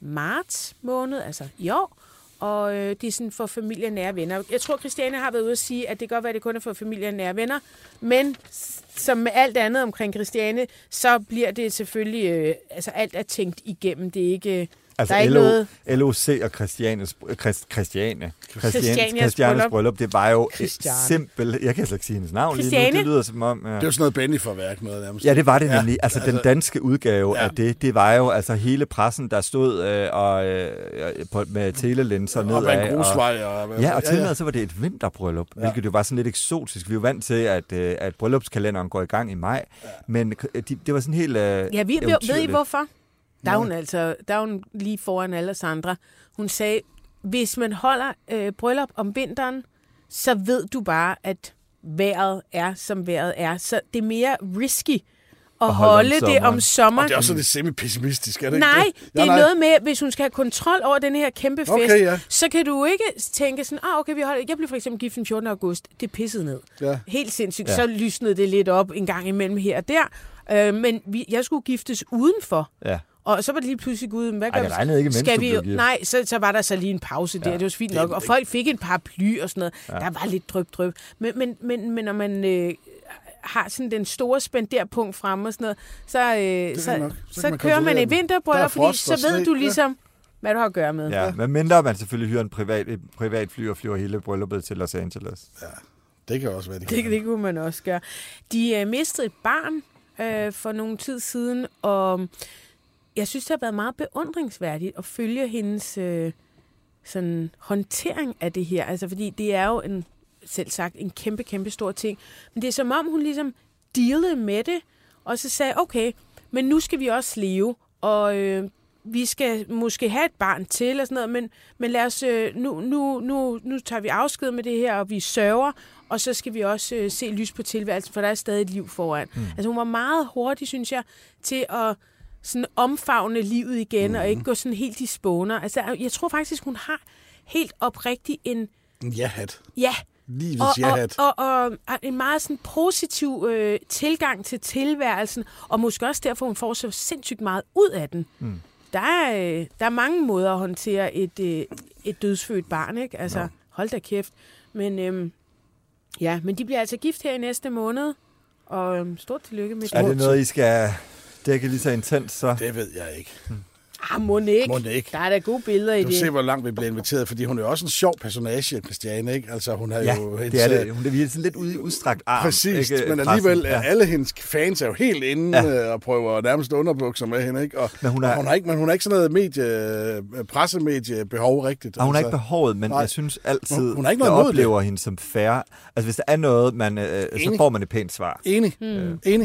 marts måned, altså i år. Og øh, det er sådan for familie og nære venner. Jeg tror, Christiane har været ude at sige, at det kan godt være, at det kun er for familie og nære venner. Men som med alt andet omkring Christiane, så bliver det selvfølgelig, øh, altså alt er tænkt igennem. Det er ikke, Altså der er ikke L O, noget... L O C og Christianes, Christ, Christiane. Christianias Christianes bryllup. bryllup, det var jo Christiane. simpelt. Jeg kan slet ikke sige hendes navn lige Christiane? nu. Det lyder som om... Ja. Det er jo sådan noget Benny-forværk noget nærmest. Ja, det var det Ja, nemlig. Altså, altså- den danske udgave Ja. af det, det var jo altså hele pressen, der stod øh, og, øh, på, med telelinser Op ad nedad. en grusvej. Og, Ja, og til med så var det et vinterbryllup, ja. Hvilket jo var sådan lidt eksotisk. Vi er jo vant til, at, øh, at bryllupskalenderen går i gang i maj, ja. Men øh, de, det var sådan helt øh, Ja, vi, ved I eventyrligt. hvorfor? Der er hun altså der er hun lige foran alle os andre. Hun sagde, hvis man holder øh, bryllup om vinteren, så ved du bare, at vejret er, som vejret er. Så det er mere risky at holde holde om det om Og sommeren. det er også sådan lidt semi-pessimistisk, er det Nej, ikke det er nej. noget med, hvis hun skal have kontrol over den her kæmpe fest, Okay, ja. så kan du ikke tænke sådan, ah, okay, vi holder. Jeg blev for eksempel gift den fjortende august. Det pissede ned. Ja. Helt sindssygt. Ja. Så lysnede det lidt op en gang imellem her og der. Øh, men vi, jeg skulle giftes udenfor. Ja. Og så var det lige pludselig gud, hvad Ej, gør det vi? regnede ikke, mens Skal du vi blev jo- gift. Nej, så, så var der så lige en pause der. Ja. Det var fint Det- nok. Og folk fik en paraply og sådan noget. Ja. Der var lidt dryp, dryp. Men, men, men, men når man øh, har sådan den store spenderpunkt fremme og sådan noget, så, øh, så, nok. Så så, kan man kører man kontrollere i den. Der er vinterbryllup, fordi frost så og ved sne, du ja. ligesom, hvad du har at gøre med. Ja, men mindre man selvfølgelig hyrer en privat, et privat fly og flyver hele brylluppet til Los Angeles. Det kan også være, det Det, kan. det kunne man også gøre. De øh, mistede et barn øh, for nogle tid siden, og jeg synes, det har været meget beundringsværdigt at følge hendes øh, sådan, håndtering af det her. Altså, fordi det er jo en, selv sagt en kæmpe, kæmpe stor ting. Men det er som om, hun ligesom dealede med det, og så sagde, okay, men nu skal vi også leve, og øh, vi skal måske have et barn til, og sådan noget, men, men lad os, øh, nu, nu, nu, nu tager vi afsked med det her, og vi sørger, og så skal vi også øh, se lys på tilværelsen, for der er stadig et liv foran. Mm. Altså hun var meget hurtig, synes jeg, til at sådan omfavne livet igen, mm. og ikke gå sådan helt i spåner. Altså jeg tror faktisk, hun har helt oprigtigt en, En ja-hat. ja, Livets og, ja-hat. og, og, og en meget sådan positiv øh, tilgang til tilværelsen, og måske også derfor, hun får så sindssygt meget ud af den. Mm. Der, er, øh, der er mange måder at håndtere et, øh, et dødsfødt barn, ikke? Altså, ja. Hold da kæft. Men, øhm, ja, men de bliver altså gift her i næste måned, og øhm, stort tillykke med det. Er det noget, I skal dække lige så intens, så? Det ved jeg ikke. Ah, må ikke. Må ikke. Der er da gode billeder i Du det. ser, hvor langt vi bliver inviteret, fordi hun er jo også en sjov personage, Christiane, ikke? Altså, hun har Ja, jo... det er det. Hun er virkelig sådan lidt ude i udstrakt arm. Præcis, ikke? men Pressen. alligevel, Ja. ja. alle hendes fans er jo helt inde Ja. ja. og prøver nærmest underbukser med hende, ikke? Og, Men hun og er- hun, har ikke, men hun har ikke sådan noget medie, pressemediebehov rigtigt. Og hun har altså. ikke behovet, men Nej. jeg synes altid, Hun- hun har ikke jeg noget imod oplever hende som fair. Altså hvis der er noget, man, øh, så Enig. får man et pænt svar. Enig, mm. enig. Ja.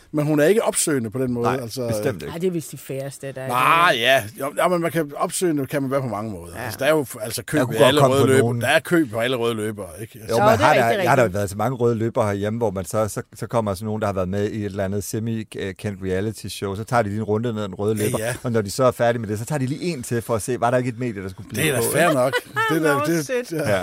men hun er ikke opsøgende på den måde. Nej, altså, bestemt ikke. Nej, det er vist de færreste, der er. Nej, ja. Jo, ja, men man kan opsøgende kan man være på mange måder. Ja. Altså, der er jo altså kø på alle røde løber. Der er kø på alle røde løbere, ikke? Altså, jo, jo, man det er har rigtig, der, rigtig. jeg har der været til mange røde løbere herhjemme, hvor man så, så, så kommer sådan nogen, der har været med i et eller andet semi-kendt reality-show, så tager de lige en runde ned den røde løber, ja, ja. Og når de så er færdige med det, så tager de lige en til for at se, var der ikke et medie, der skulle blive det er på? Det er da fair nok. Det er da, det, ja.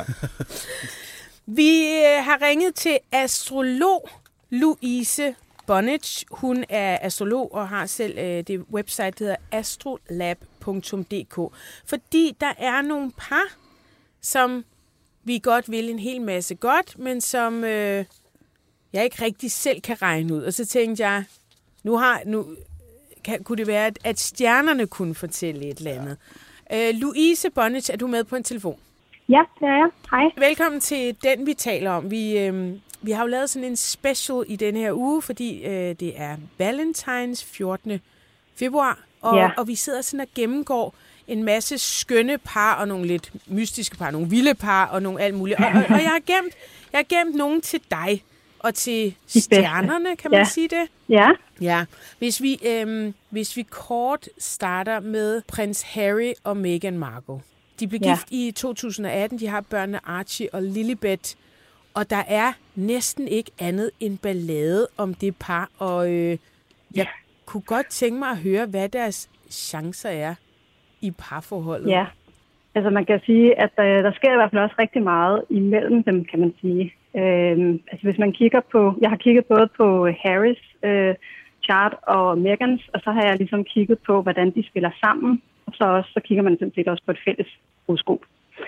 Vi øh, har ringet til astrolog Louise Bonnich. Hun er astrolog og har selv øh, det website, der hedder astrolab punktum d k. Fordi der er nogle par, som vi godt vil en hel masse godt, men som øh, jeg ikke rigtig selv kan regne ud. Og så tænkte jeg, nu har nu kan, kunne det være, at, at stjernerne kunne fortælle et eller andet. Ja. Øh, Louise Bonnich, er du med på en telefon? Ja, det er jeg. Hej. Velkommen til den, vi taler om. Vi, øh, vi har jo lavet sådan en special i denne her uge, fordi øh, det er Valentines fjortende februar, og, ja. og vi sidder sådan og gennemgår en masse skønne par, og nogle lidt mystiske par, nogle vilde par, og nogle alt muligt. Og, og, og jeg har gemt, jeg har gemt nogen til dig, og til stjernerne, kan man ja. sige det? Ja. Ja. Hvis vi, øh, hvis vi kort starter med prins Harry og Meghan Markle. De blev ja. gift i to tusind og atten. De har børnene Archie og Lilibet. Og der er næsten ikke andet end ballade om det par. Og øh, jeg ja. kunne godt tænke mig at høre, hvad deres chancer er i parforholdet. Ja, altså man kan sige, at der, der sker i hvert fald også rigtig meget imellem dem, kan man sige. Øhm, altså hvis man kigger på, jeg har kigget både på Harrys øh, chart og Meghans, og så har jeg ligesom kigget på, hvordan de spiller sammen. Og så, også, så kigger man sådan set også på et fælles horoskop.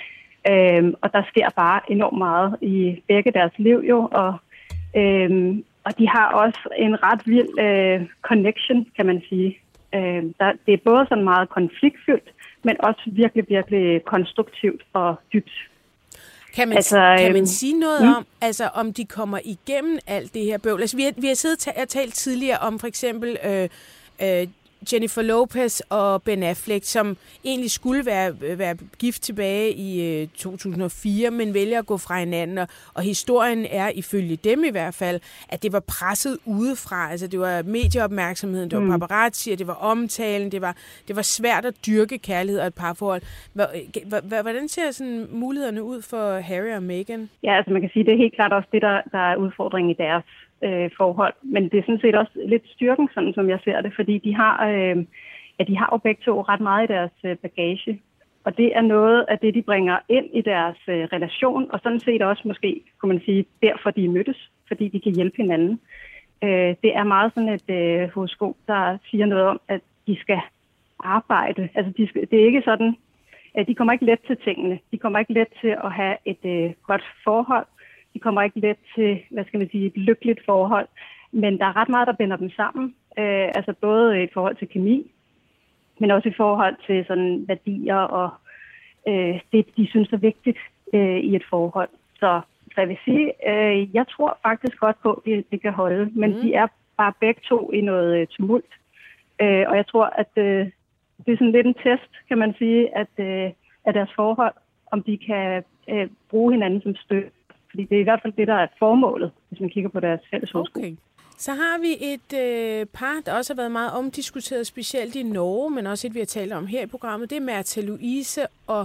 Øhm, og der sker bare enormt meget i begge deres liv jo, og, øhm, og de har også en ret vild øh, connection, kan man sige. Øhm, der, det er både sådan meget konfliktfyldt, men også virkelig, virkelig konstruktivt og dybt. Kan man, altså, kan man sige noget mm. om, altså, om de kommer igennem alt det her bøvl? Altså, vi har, vi har siddet og talt tidligere om for eksempel øh, øh, Jennifer Lopez og Ben Affleck, som egentlig skulle være, være gift tilbage i øh, to tusind og fire, men vælger at gå fra hinanden. Og, og historien er, ifølge dem i hvert fald, at det var presset udefra. Altså det var medieopmærksomheden, det var paparazzi, det var omtalen, det var, det var svært at dyrke kærlighed og et parforhold. Hvordan ser sådan mulighederne ud for Harry og Meghan? Ja, altså man kan sige, det er helt klart også det, der, der er udfordringen i deres Øh, forhold. Men det er sådan set også lidt styrken, sådan som jeg ser det, fordi de har, øh, ja, de har jo begge to ret meget i deres øh, bagage. Og det er noget af det, de bringer ind i deres øh, relation, og sådan set også måske, kunne man sige, derfor de mødtes, fordi de kan hjælpe hinanden. Øh, det er meget sådan et øh, horoskop, der siger noget om, at de skal arbejde. Altså de skal, det er ikke sådan, at de kommer ikke let til tingene. De kommer ikke let til at have et øh, godt forhold. De kommer ikke let til, hvad skal man sige, et lykkeligt forhold. Men der er ret meget, der binder dem sammen. Øh, altså både i forhold til kemi, men også i forhold til sådan værdier og øh, det, de synes er vigtigt øh, i et forhold. Så, så jeg vil sige, øh, jeg tror faktisk godt på, at det, det kan holde. Men mm. de er bare begge to i noget øh, tumult. Øh, og jeg tror, at øh, det er sådan lidt en test, kan man sige, at, øh, at deres forhold, om de kan øh, bruge hinanden som støtte. Fordi det er i hvert fald det, der er formålet, hvis man kigger på deres fælles horoskop. Okay. Så har vi et øh, par, der også har været meget omdiskuteret, specielt i Norge, men også et, vi har talt om her i programmet. Det er Märtha Louise og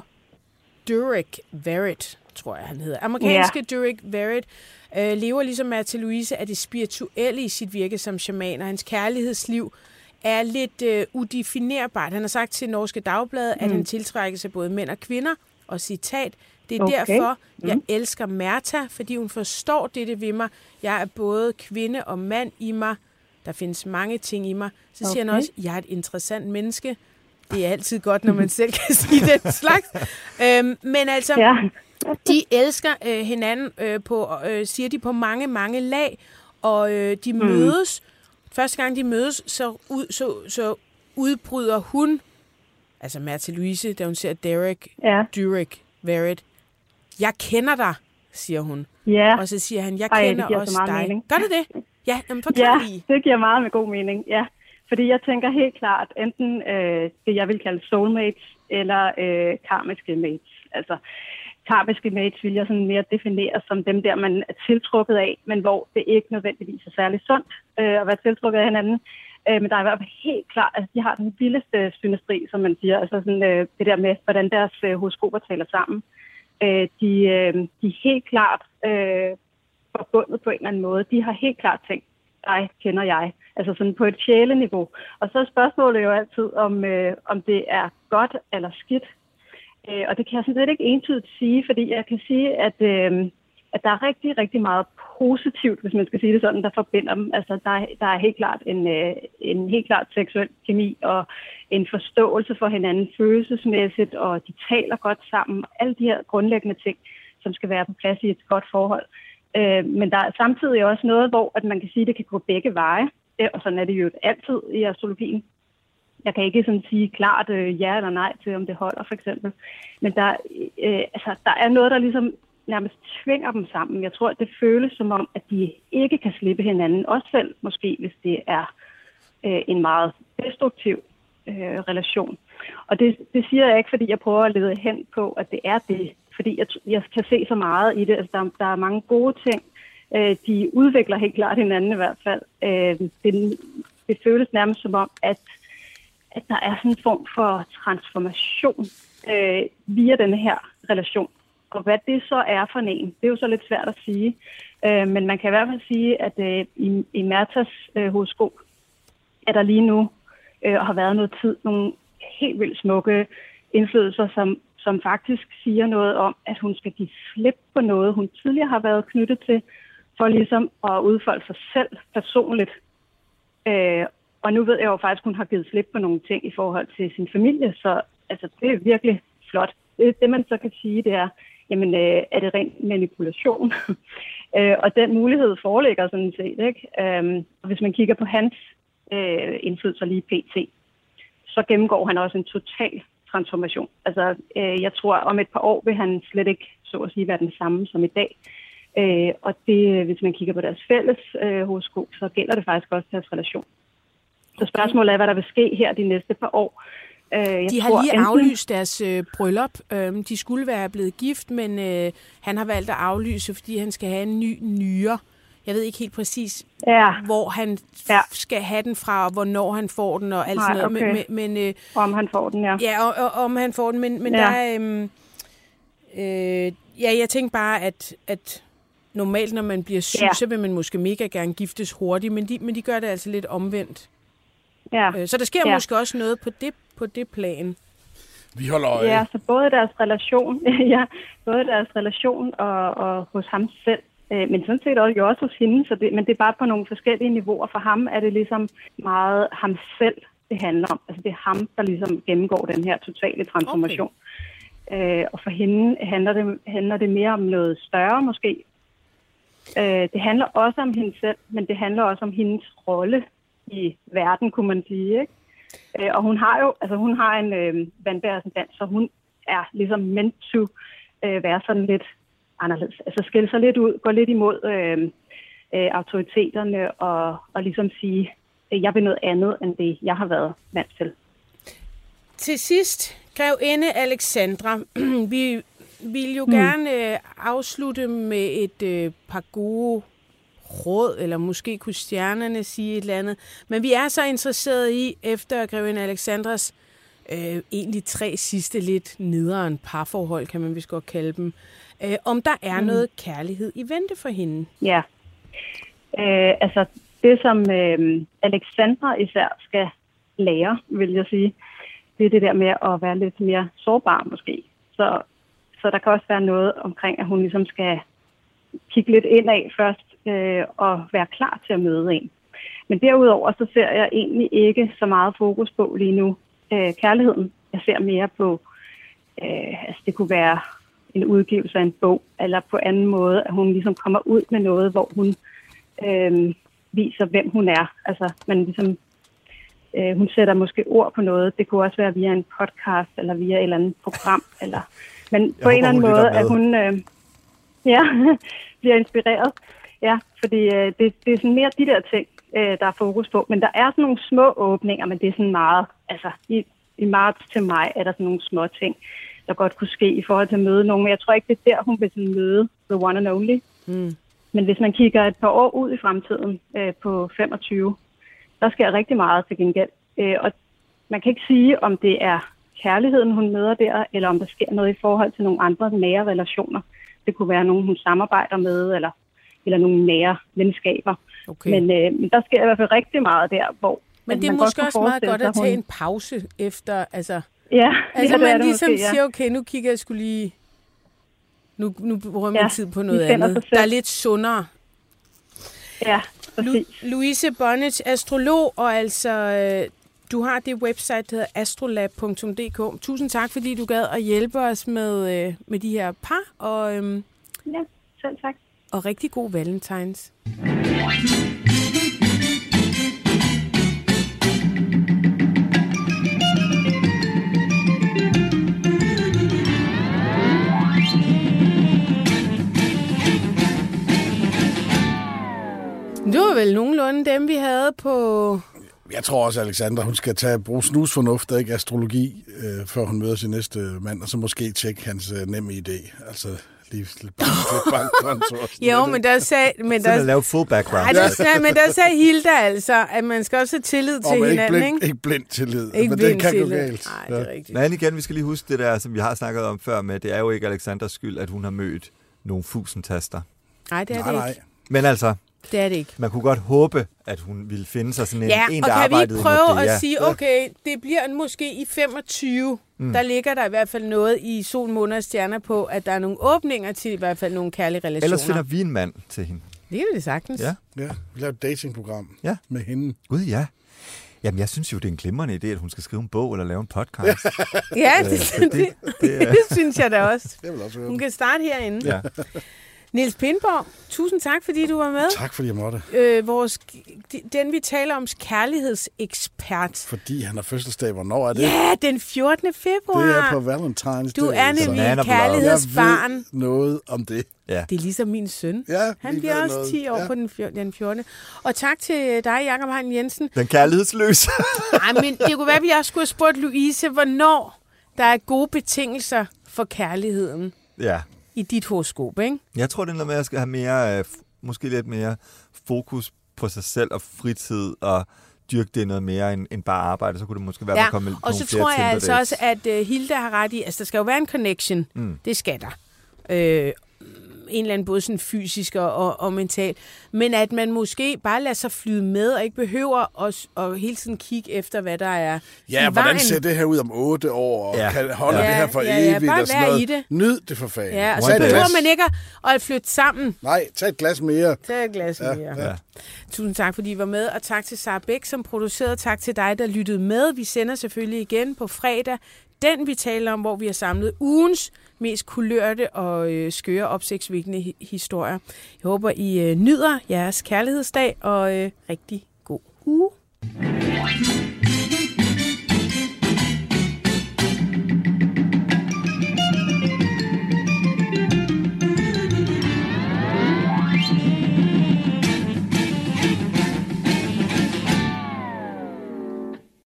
Durek Verrett, tror jeg, han hedder. Amerikanske yeah. Durek Verrett øh, lever ligesom Märtha Louise af det spirituelle i sit virke som shaman, og hans kærlighedsliv er lidt øh, udefinerbart. Han har sagt til Norske Dagblad, mm. at han tiltrækker sig både mænd og kvinder, og citat, det er okay. derfor, jeg mm. elsker Märtha, fordi hun forstår dette ved mig. Jeg er både kvinde og mand i mig. Der findes mange ting i mig. Så okay. siger han også, jeg er et interessant menneske. Det er altid godt, når man selv kan sige den slags. øhm, men altså, ja. de elsker øh, hinanden, øh, på, øh, siger de, på mange, mange lag. Og øh, de mm. mødes. Første gang de mødes, så, ud, så, så udbryder hun, altså Märtha Louise, da hun ser Derek, ja. Durek Verrett. Jeg kender dig, siger hun. Ja. Og så siger han, jeg Ej, kender også dig. Mening. Gør det det? Ja, jamen forklar ja, lige. det giver meget med god mening, ja. Fordi jeg tænker helt klart, enten øh, det, jeg vil kalde soulmates, eller øh, karmiske mates. Altså, karmiske mates vil jeg sådan mere definere som dem der, man er tiltrukket af, men hvor det ikke nødvendigvis er særlig sundt øh, at være tiltrukket af hinanden. Øh, men der er i hvert fald helt klart, at altså, de har den vildeste synastri, som man siger. Altså sådan, øh, det der med, hvordan deres øh, horoskoper taler sammen. Øh, de, øh, de er helt klart øh, forbundet på en eller anden måde. De har helt klart tænkt, dig kender jeg. Altså sådan på et sjæleniveau. Og så er spørgsmålet jo altid, om, øh, om det er godt eller skidt. Øh, og det kan jeg sådan set ikke entydigt sige, fordi jeg kan sige, at, øh, at der er rigtig, rigtig meget positivt, hvis man skal sige det sådan, der forbinder dem. Altså der, der er helt klart en, øh, en helt klart seksuel kemi og en forståelse for hinanden følelsesmæssigt, og de taler godt sammen. Alle de her grundlæggende ting, som skal være på plads i et godt forhold. Øh, men der er samtidig også noget, hvor at man kan sige, at det kan gå begge veje. Øh, og sådan er det jo altid i astrologien. Jeg kan ikke sådan sige klart øh, ja eller nej til, om det holder, for eksempel. Men der, øh, altså, der er noget, der ligesom nærmest tvinger dem sammen. Jeg tror, det føles som om, at de ikke kan slippe hinanden. Også selv, måske, hvis det er øh, en meget destruktiv øh, relation. Og det, det siger jeg ikke, fordi jeg prøver at lede hen på, at det er det. Fordi jeg, jeg kan se så meget i det. Altså, der, der er mange gode ting. Øh, de udvikler helt klart hinanden i hvert fald. Øh, det, det føles nærmest som om, at at der er sådan en form for transformation øh, via denne her relation. Og hvad det så er for en, det er jo så lidt svært at sige. Øh, men man kan i hvert fald sige, at øh, i, i Märthas øh, horoskop er der lige nu øh, og har været noget tid nogle helt vildt smukke indflydelser, som, som faktisk siger noget om, at hun skal give slip på noget, hun tidligere har været knyttet til, for ligesom at udfolde sig selv personligt. Øh, Og nu ved jeg jo faktisk, at hun har givet slip på nogle ting i forhold til sin familie, så altså, det er virkelig flot. Det, det man så kan sige, det er, jamen, øh, er det ren manipulation? øh, og den mulighed foreligger sådan set, ikke? Øh, og hvis man kigger på hans øh, indflydelser lige pt., så gennemgår han også en total transformation. Altså, øh, jeg tror, om et par år vil han slet ikke, så at sige, være den samme som i dag. Øh, og det, hvis man kigger på deres fælles øh, horoskop, så gælder det faktisk også deres relation. Så spørgsmålet er, hvad der vil ske her de næste par år. Øh, jeg de har tror, lige enten... aflyst deres øh, bryllup. Øh, de skulle være blevet gift, men øh, han har valgt at aflyse, fordi han skal have en ny nyre. Jeg ved ikke helt præcis, ja. hvor han ja. skal have den fra, og hvornår han får den, og alt Nej, sådan noget. okay. Men, men, øh, om han får den, ja. Ja, og, og, om han får den, men, men ja. der er... Øh, øh, ja, jeg tænker bare, at... at normalt, når man bliver syg, ja. så vil man måske mega gerne giftes hurtigt, men de, men de gør det altså lidt omvendt. Ja. Så der sker ja. måske også noget på det, på det plan. Vi holder øje. Ja, så både deres relation, ja, både deres relation og, og hos ham selv, øh, men sådan set også, jo også hos hende, så det, men det er bare på nogle forskellige niveauer. For ham er det ligesom meget ham selv, det handler om. Altså det er ham, der ligesom gennemgår den her totale transformation. Okay. Øh, og for hende handler det, handler det mere om noget større måske. Øh, det handler også om hende selv, men det handler også om hendes rolle i verden, kunne man sige, ikke? Øh, og hun har jo, altså hun har en øh, vandbærascendant, så hun er ligesom meant to øh, være sådan lidt anderledes. Altså skille sig lidt ud, gå lidt imod øh, øh, autoriteterne og, og ligesom sige, at jeg vil noget andet end det, jeg har været vant til. Til sidst, grevinde Alexandra, vi vil jo mm. gerne øh, afslutte med et øh, par gode råd, eller måske kunne stjernerne sige et eller andet. Men vi er så interesserede i, efter grevinde Alexandras øh, egentlig tre sidste lidt nederen parforhold, kan man vist godt kalde dem, øh, om der er mm. noget kærlighed i vente for hende. Ja, øh, altså det som øh, Alexandra især skal lære, vil jeg sige, det er det der med at være lidt mere sårbar måske. Så, så der kan også være noget omkring, at hun ligesom skal kigge lidt indad først, øh, og være klar til at møde en. Men derudover så ser jeg egentlig ikke så meget fokus på lige nu øh, kærligheden. Jeg ser mere på, øh, altså det kunne være en udgivelse af en bog, eller på anden måde, at hun ligesom kommer ud med noget, hvor hun øh, viser, hvem hun er. Altså man ligesom, øh, hun sætter måske ord på noget. Det kunne også være via en podcast, eller via et eller andet program. Eller, men jeg på håber, en eller anden måde, at hun øh, ja, bliver inspireret. Ja, fordi øh, det, det er sådan mere de der ting, øh, der er fokus på. Men der er sådan nogle små åbninger, men det er sådan meget, altså i, i marts til maj er der sådan nogle små ting. der godt kunne ske i forhold til at møde nogen. Men jeg tror ikke, det er der, hun vil sådan møde the one and only. Mm. Men hvis man kigger et par år ud i fremtiden øh, på femogtyve, der sker rigtig meget til gengæld. Øh, og man kan ikke sige, om det er kærligheden, hun møder der, eller om der sker noget i forhold til nogle andre nære relationer. Det kunne være nogen, hun samarbejder med, eller, eller nogle nære venskaber. Okay. Men, øh, men der sker i hvert fald rigtig meget der, hvor... Men det er måske også meget godt at tage hun... en pause efter, altså... Ja, altså ja, man det ligesom måske, ja. siger, okay, nu kigger jeg sgu lige... Nu, nu bruger jeg min ja, tid på noget andet, der er lidt sundere. Ja, præcis. Lu- Louise Bonnich, astrolog, og altså... Øh, du har det website, der hedder astrolab punktum d k. Tusind tak, fordi du gad at hjælpe os med, øh, med de her par, og, øhm, ja, selv tak. Og rigtig god valentines. Det var vel nogenlunde dem, vi havde på... Jeg tror også, at Alexandra, hun skal tage, bruge snusfornuft og ikke astrologi, øh, før hun møder sin næste mand, og så måske tjekke hans øh, nemme idé. Altså lige lidt bankkonto. Jo, men der sagde... Men der, der lave full background. Nej, der, men der sagde Hilda altså, at man skal også have tillid til oh, hinanden, ikke? Blind, ikke blind tillid, ikke men blind det kan tillid. gå galt. Nej, det er rigtigt. Men igen, vi skal lige huske det der, som vi har snakket om før med, det er jo ikke Alexandras skyld, at hun har mødt nogle fusentaster. Nej, det er nej, det nej. ikke. Men altså... Det er det ikke. Man kunne godt håbe, at hun ville finde sig sådan en, ja, en der arbejdede i Ja, og kan vi prøve det, at sige, okay, det bliver måske i femogtyve, mm. der ligger der i hvert fald noget i sol, måne og stjerner på, at der er nogle åbninger til i hvert fald nogle kærlige relationer. Ellers finder vi en mand til hende. Det kan vi det sagtens. Ja, ja vi laver et datingprogram ja. med hende. Gud, ja. Jamen, jeg synes jo, det er en glimrende idé, at hun skal skrive en bog eller lave en podcast. ja, det, det, det, det, det synes jeg da også. Det vil også hun kan starte herinde. Ja. Niels Pindborg, tusind tak, fordi du var med. Tak, fordi jeg måtte. Øh, vores, den, vi taler om, kærlighedsekspert. Fordi han har fødselsdag. Hvornår er det? Ja, den fjortende februar. Det er på Valentine's Du Day. er nemlig en kærlighedsbarn. Jeg ved noget om det. Ja. Det er ligesom min søn. Ja, han bliver også noget. ti år ja. på den, den fjortende Og tak til dig, Jakob Hein Jensen. Den kærlighedsløse. Nej, men det kunne være, at vi også skulle have spurgt Louise, hvornår der er gode betingelser for kærligheden. Ja. I dit horoskop, ikke? Jeg tror, det er noget med, at jeg skal have mere, øh, måske lidt mere fokus på sig selv og fritid og dyrke det noget mere end, end bare arbejde. Så kunne det måske være, ja, at komme med og så tror jeg altså også, at uh, Hilda har ret i, altså der skal jo være en connection. Mm. Det skal der. Øh, en eller anden både sådan fysisk og, og, og mental. Men at man måske bare lader sig flyde med, og ikke behøver at, at hele tiden kigge efter, hvad der er ja, hvordan vejen. Ser det her ud om otte år, og ja. Kan holde ja. det her for ja, ja, evigt, og sådan noget. I det. Nyd det for fanden. Ja, og så behøver man ikke at flytte sammen. Nej, tag et glas mere. Tag et glas ja. mere. Ja. Tusind tak, fordi I var med, og tak til Sara Bæk, som producerede. Tak til dig, der lyttede med. Vi sender selvfølgelig igen på fredag. Den, vi taler om, hvor vi har samlet ugens mest kulørte og øh, skøre opsigtsvækkende hi- historier. Jeg håber, I øh, nyder jeres kærlighedsdag, og øh, rigtig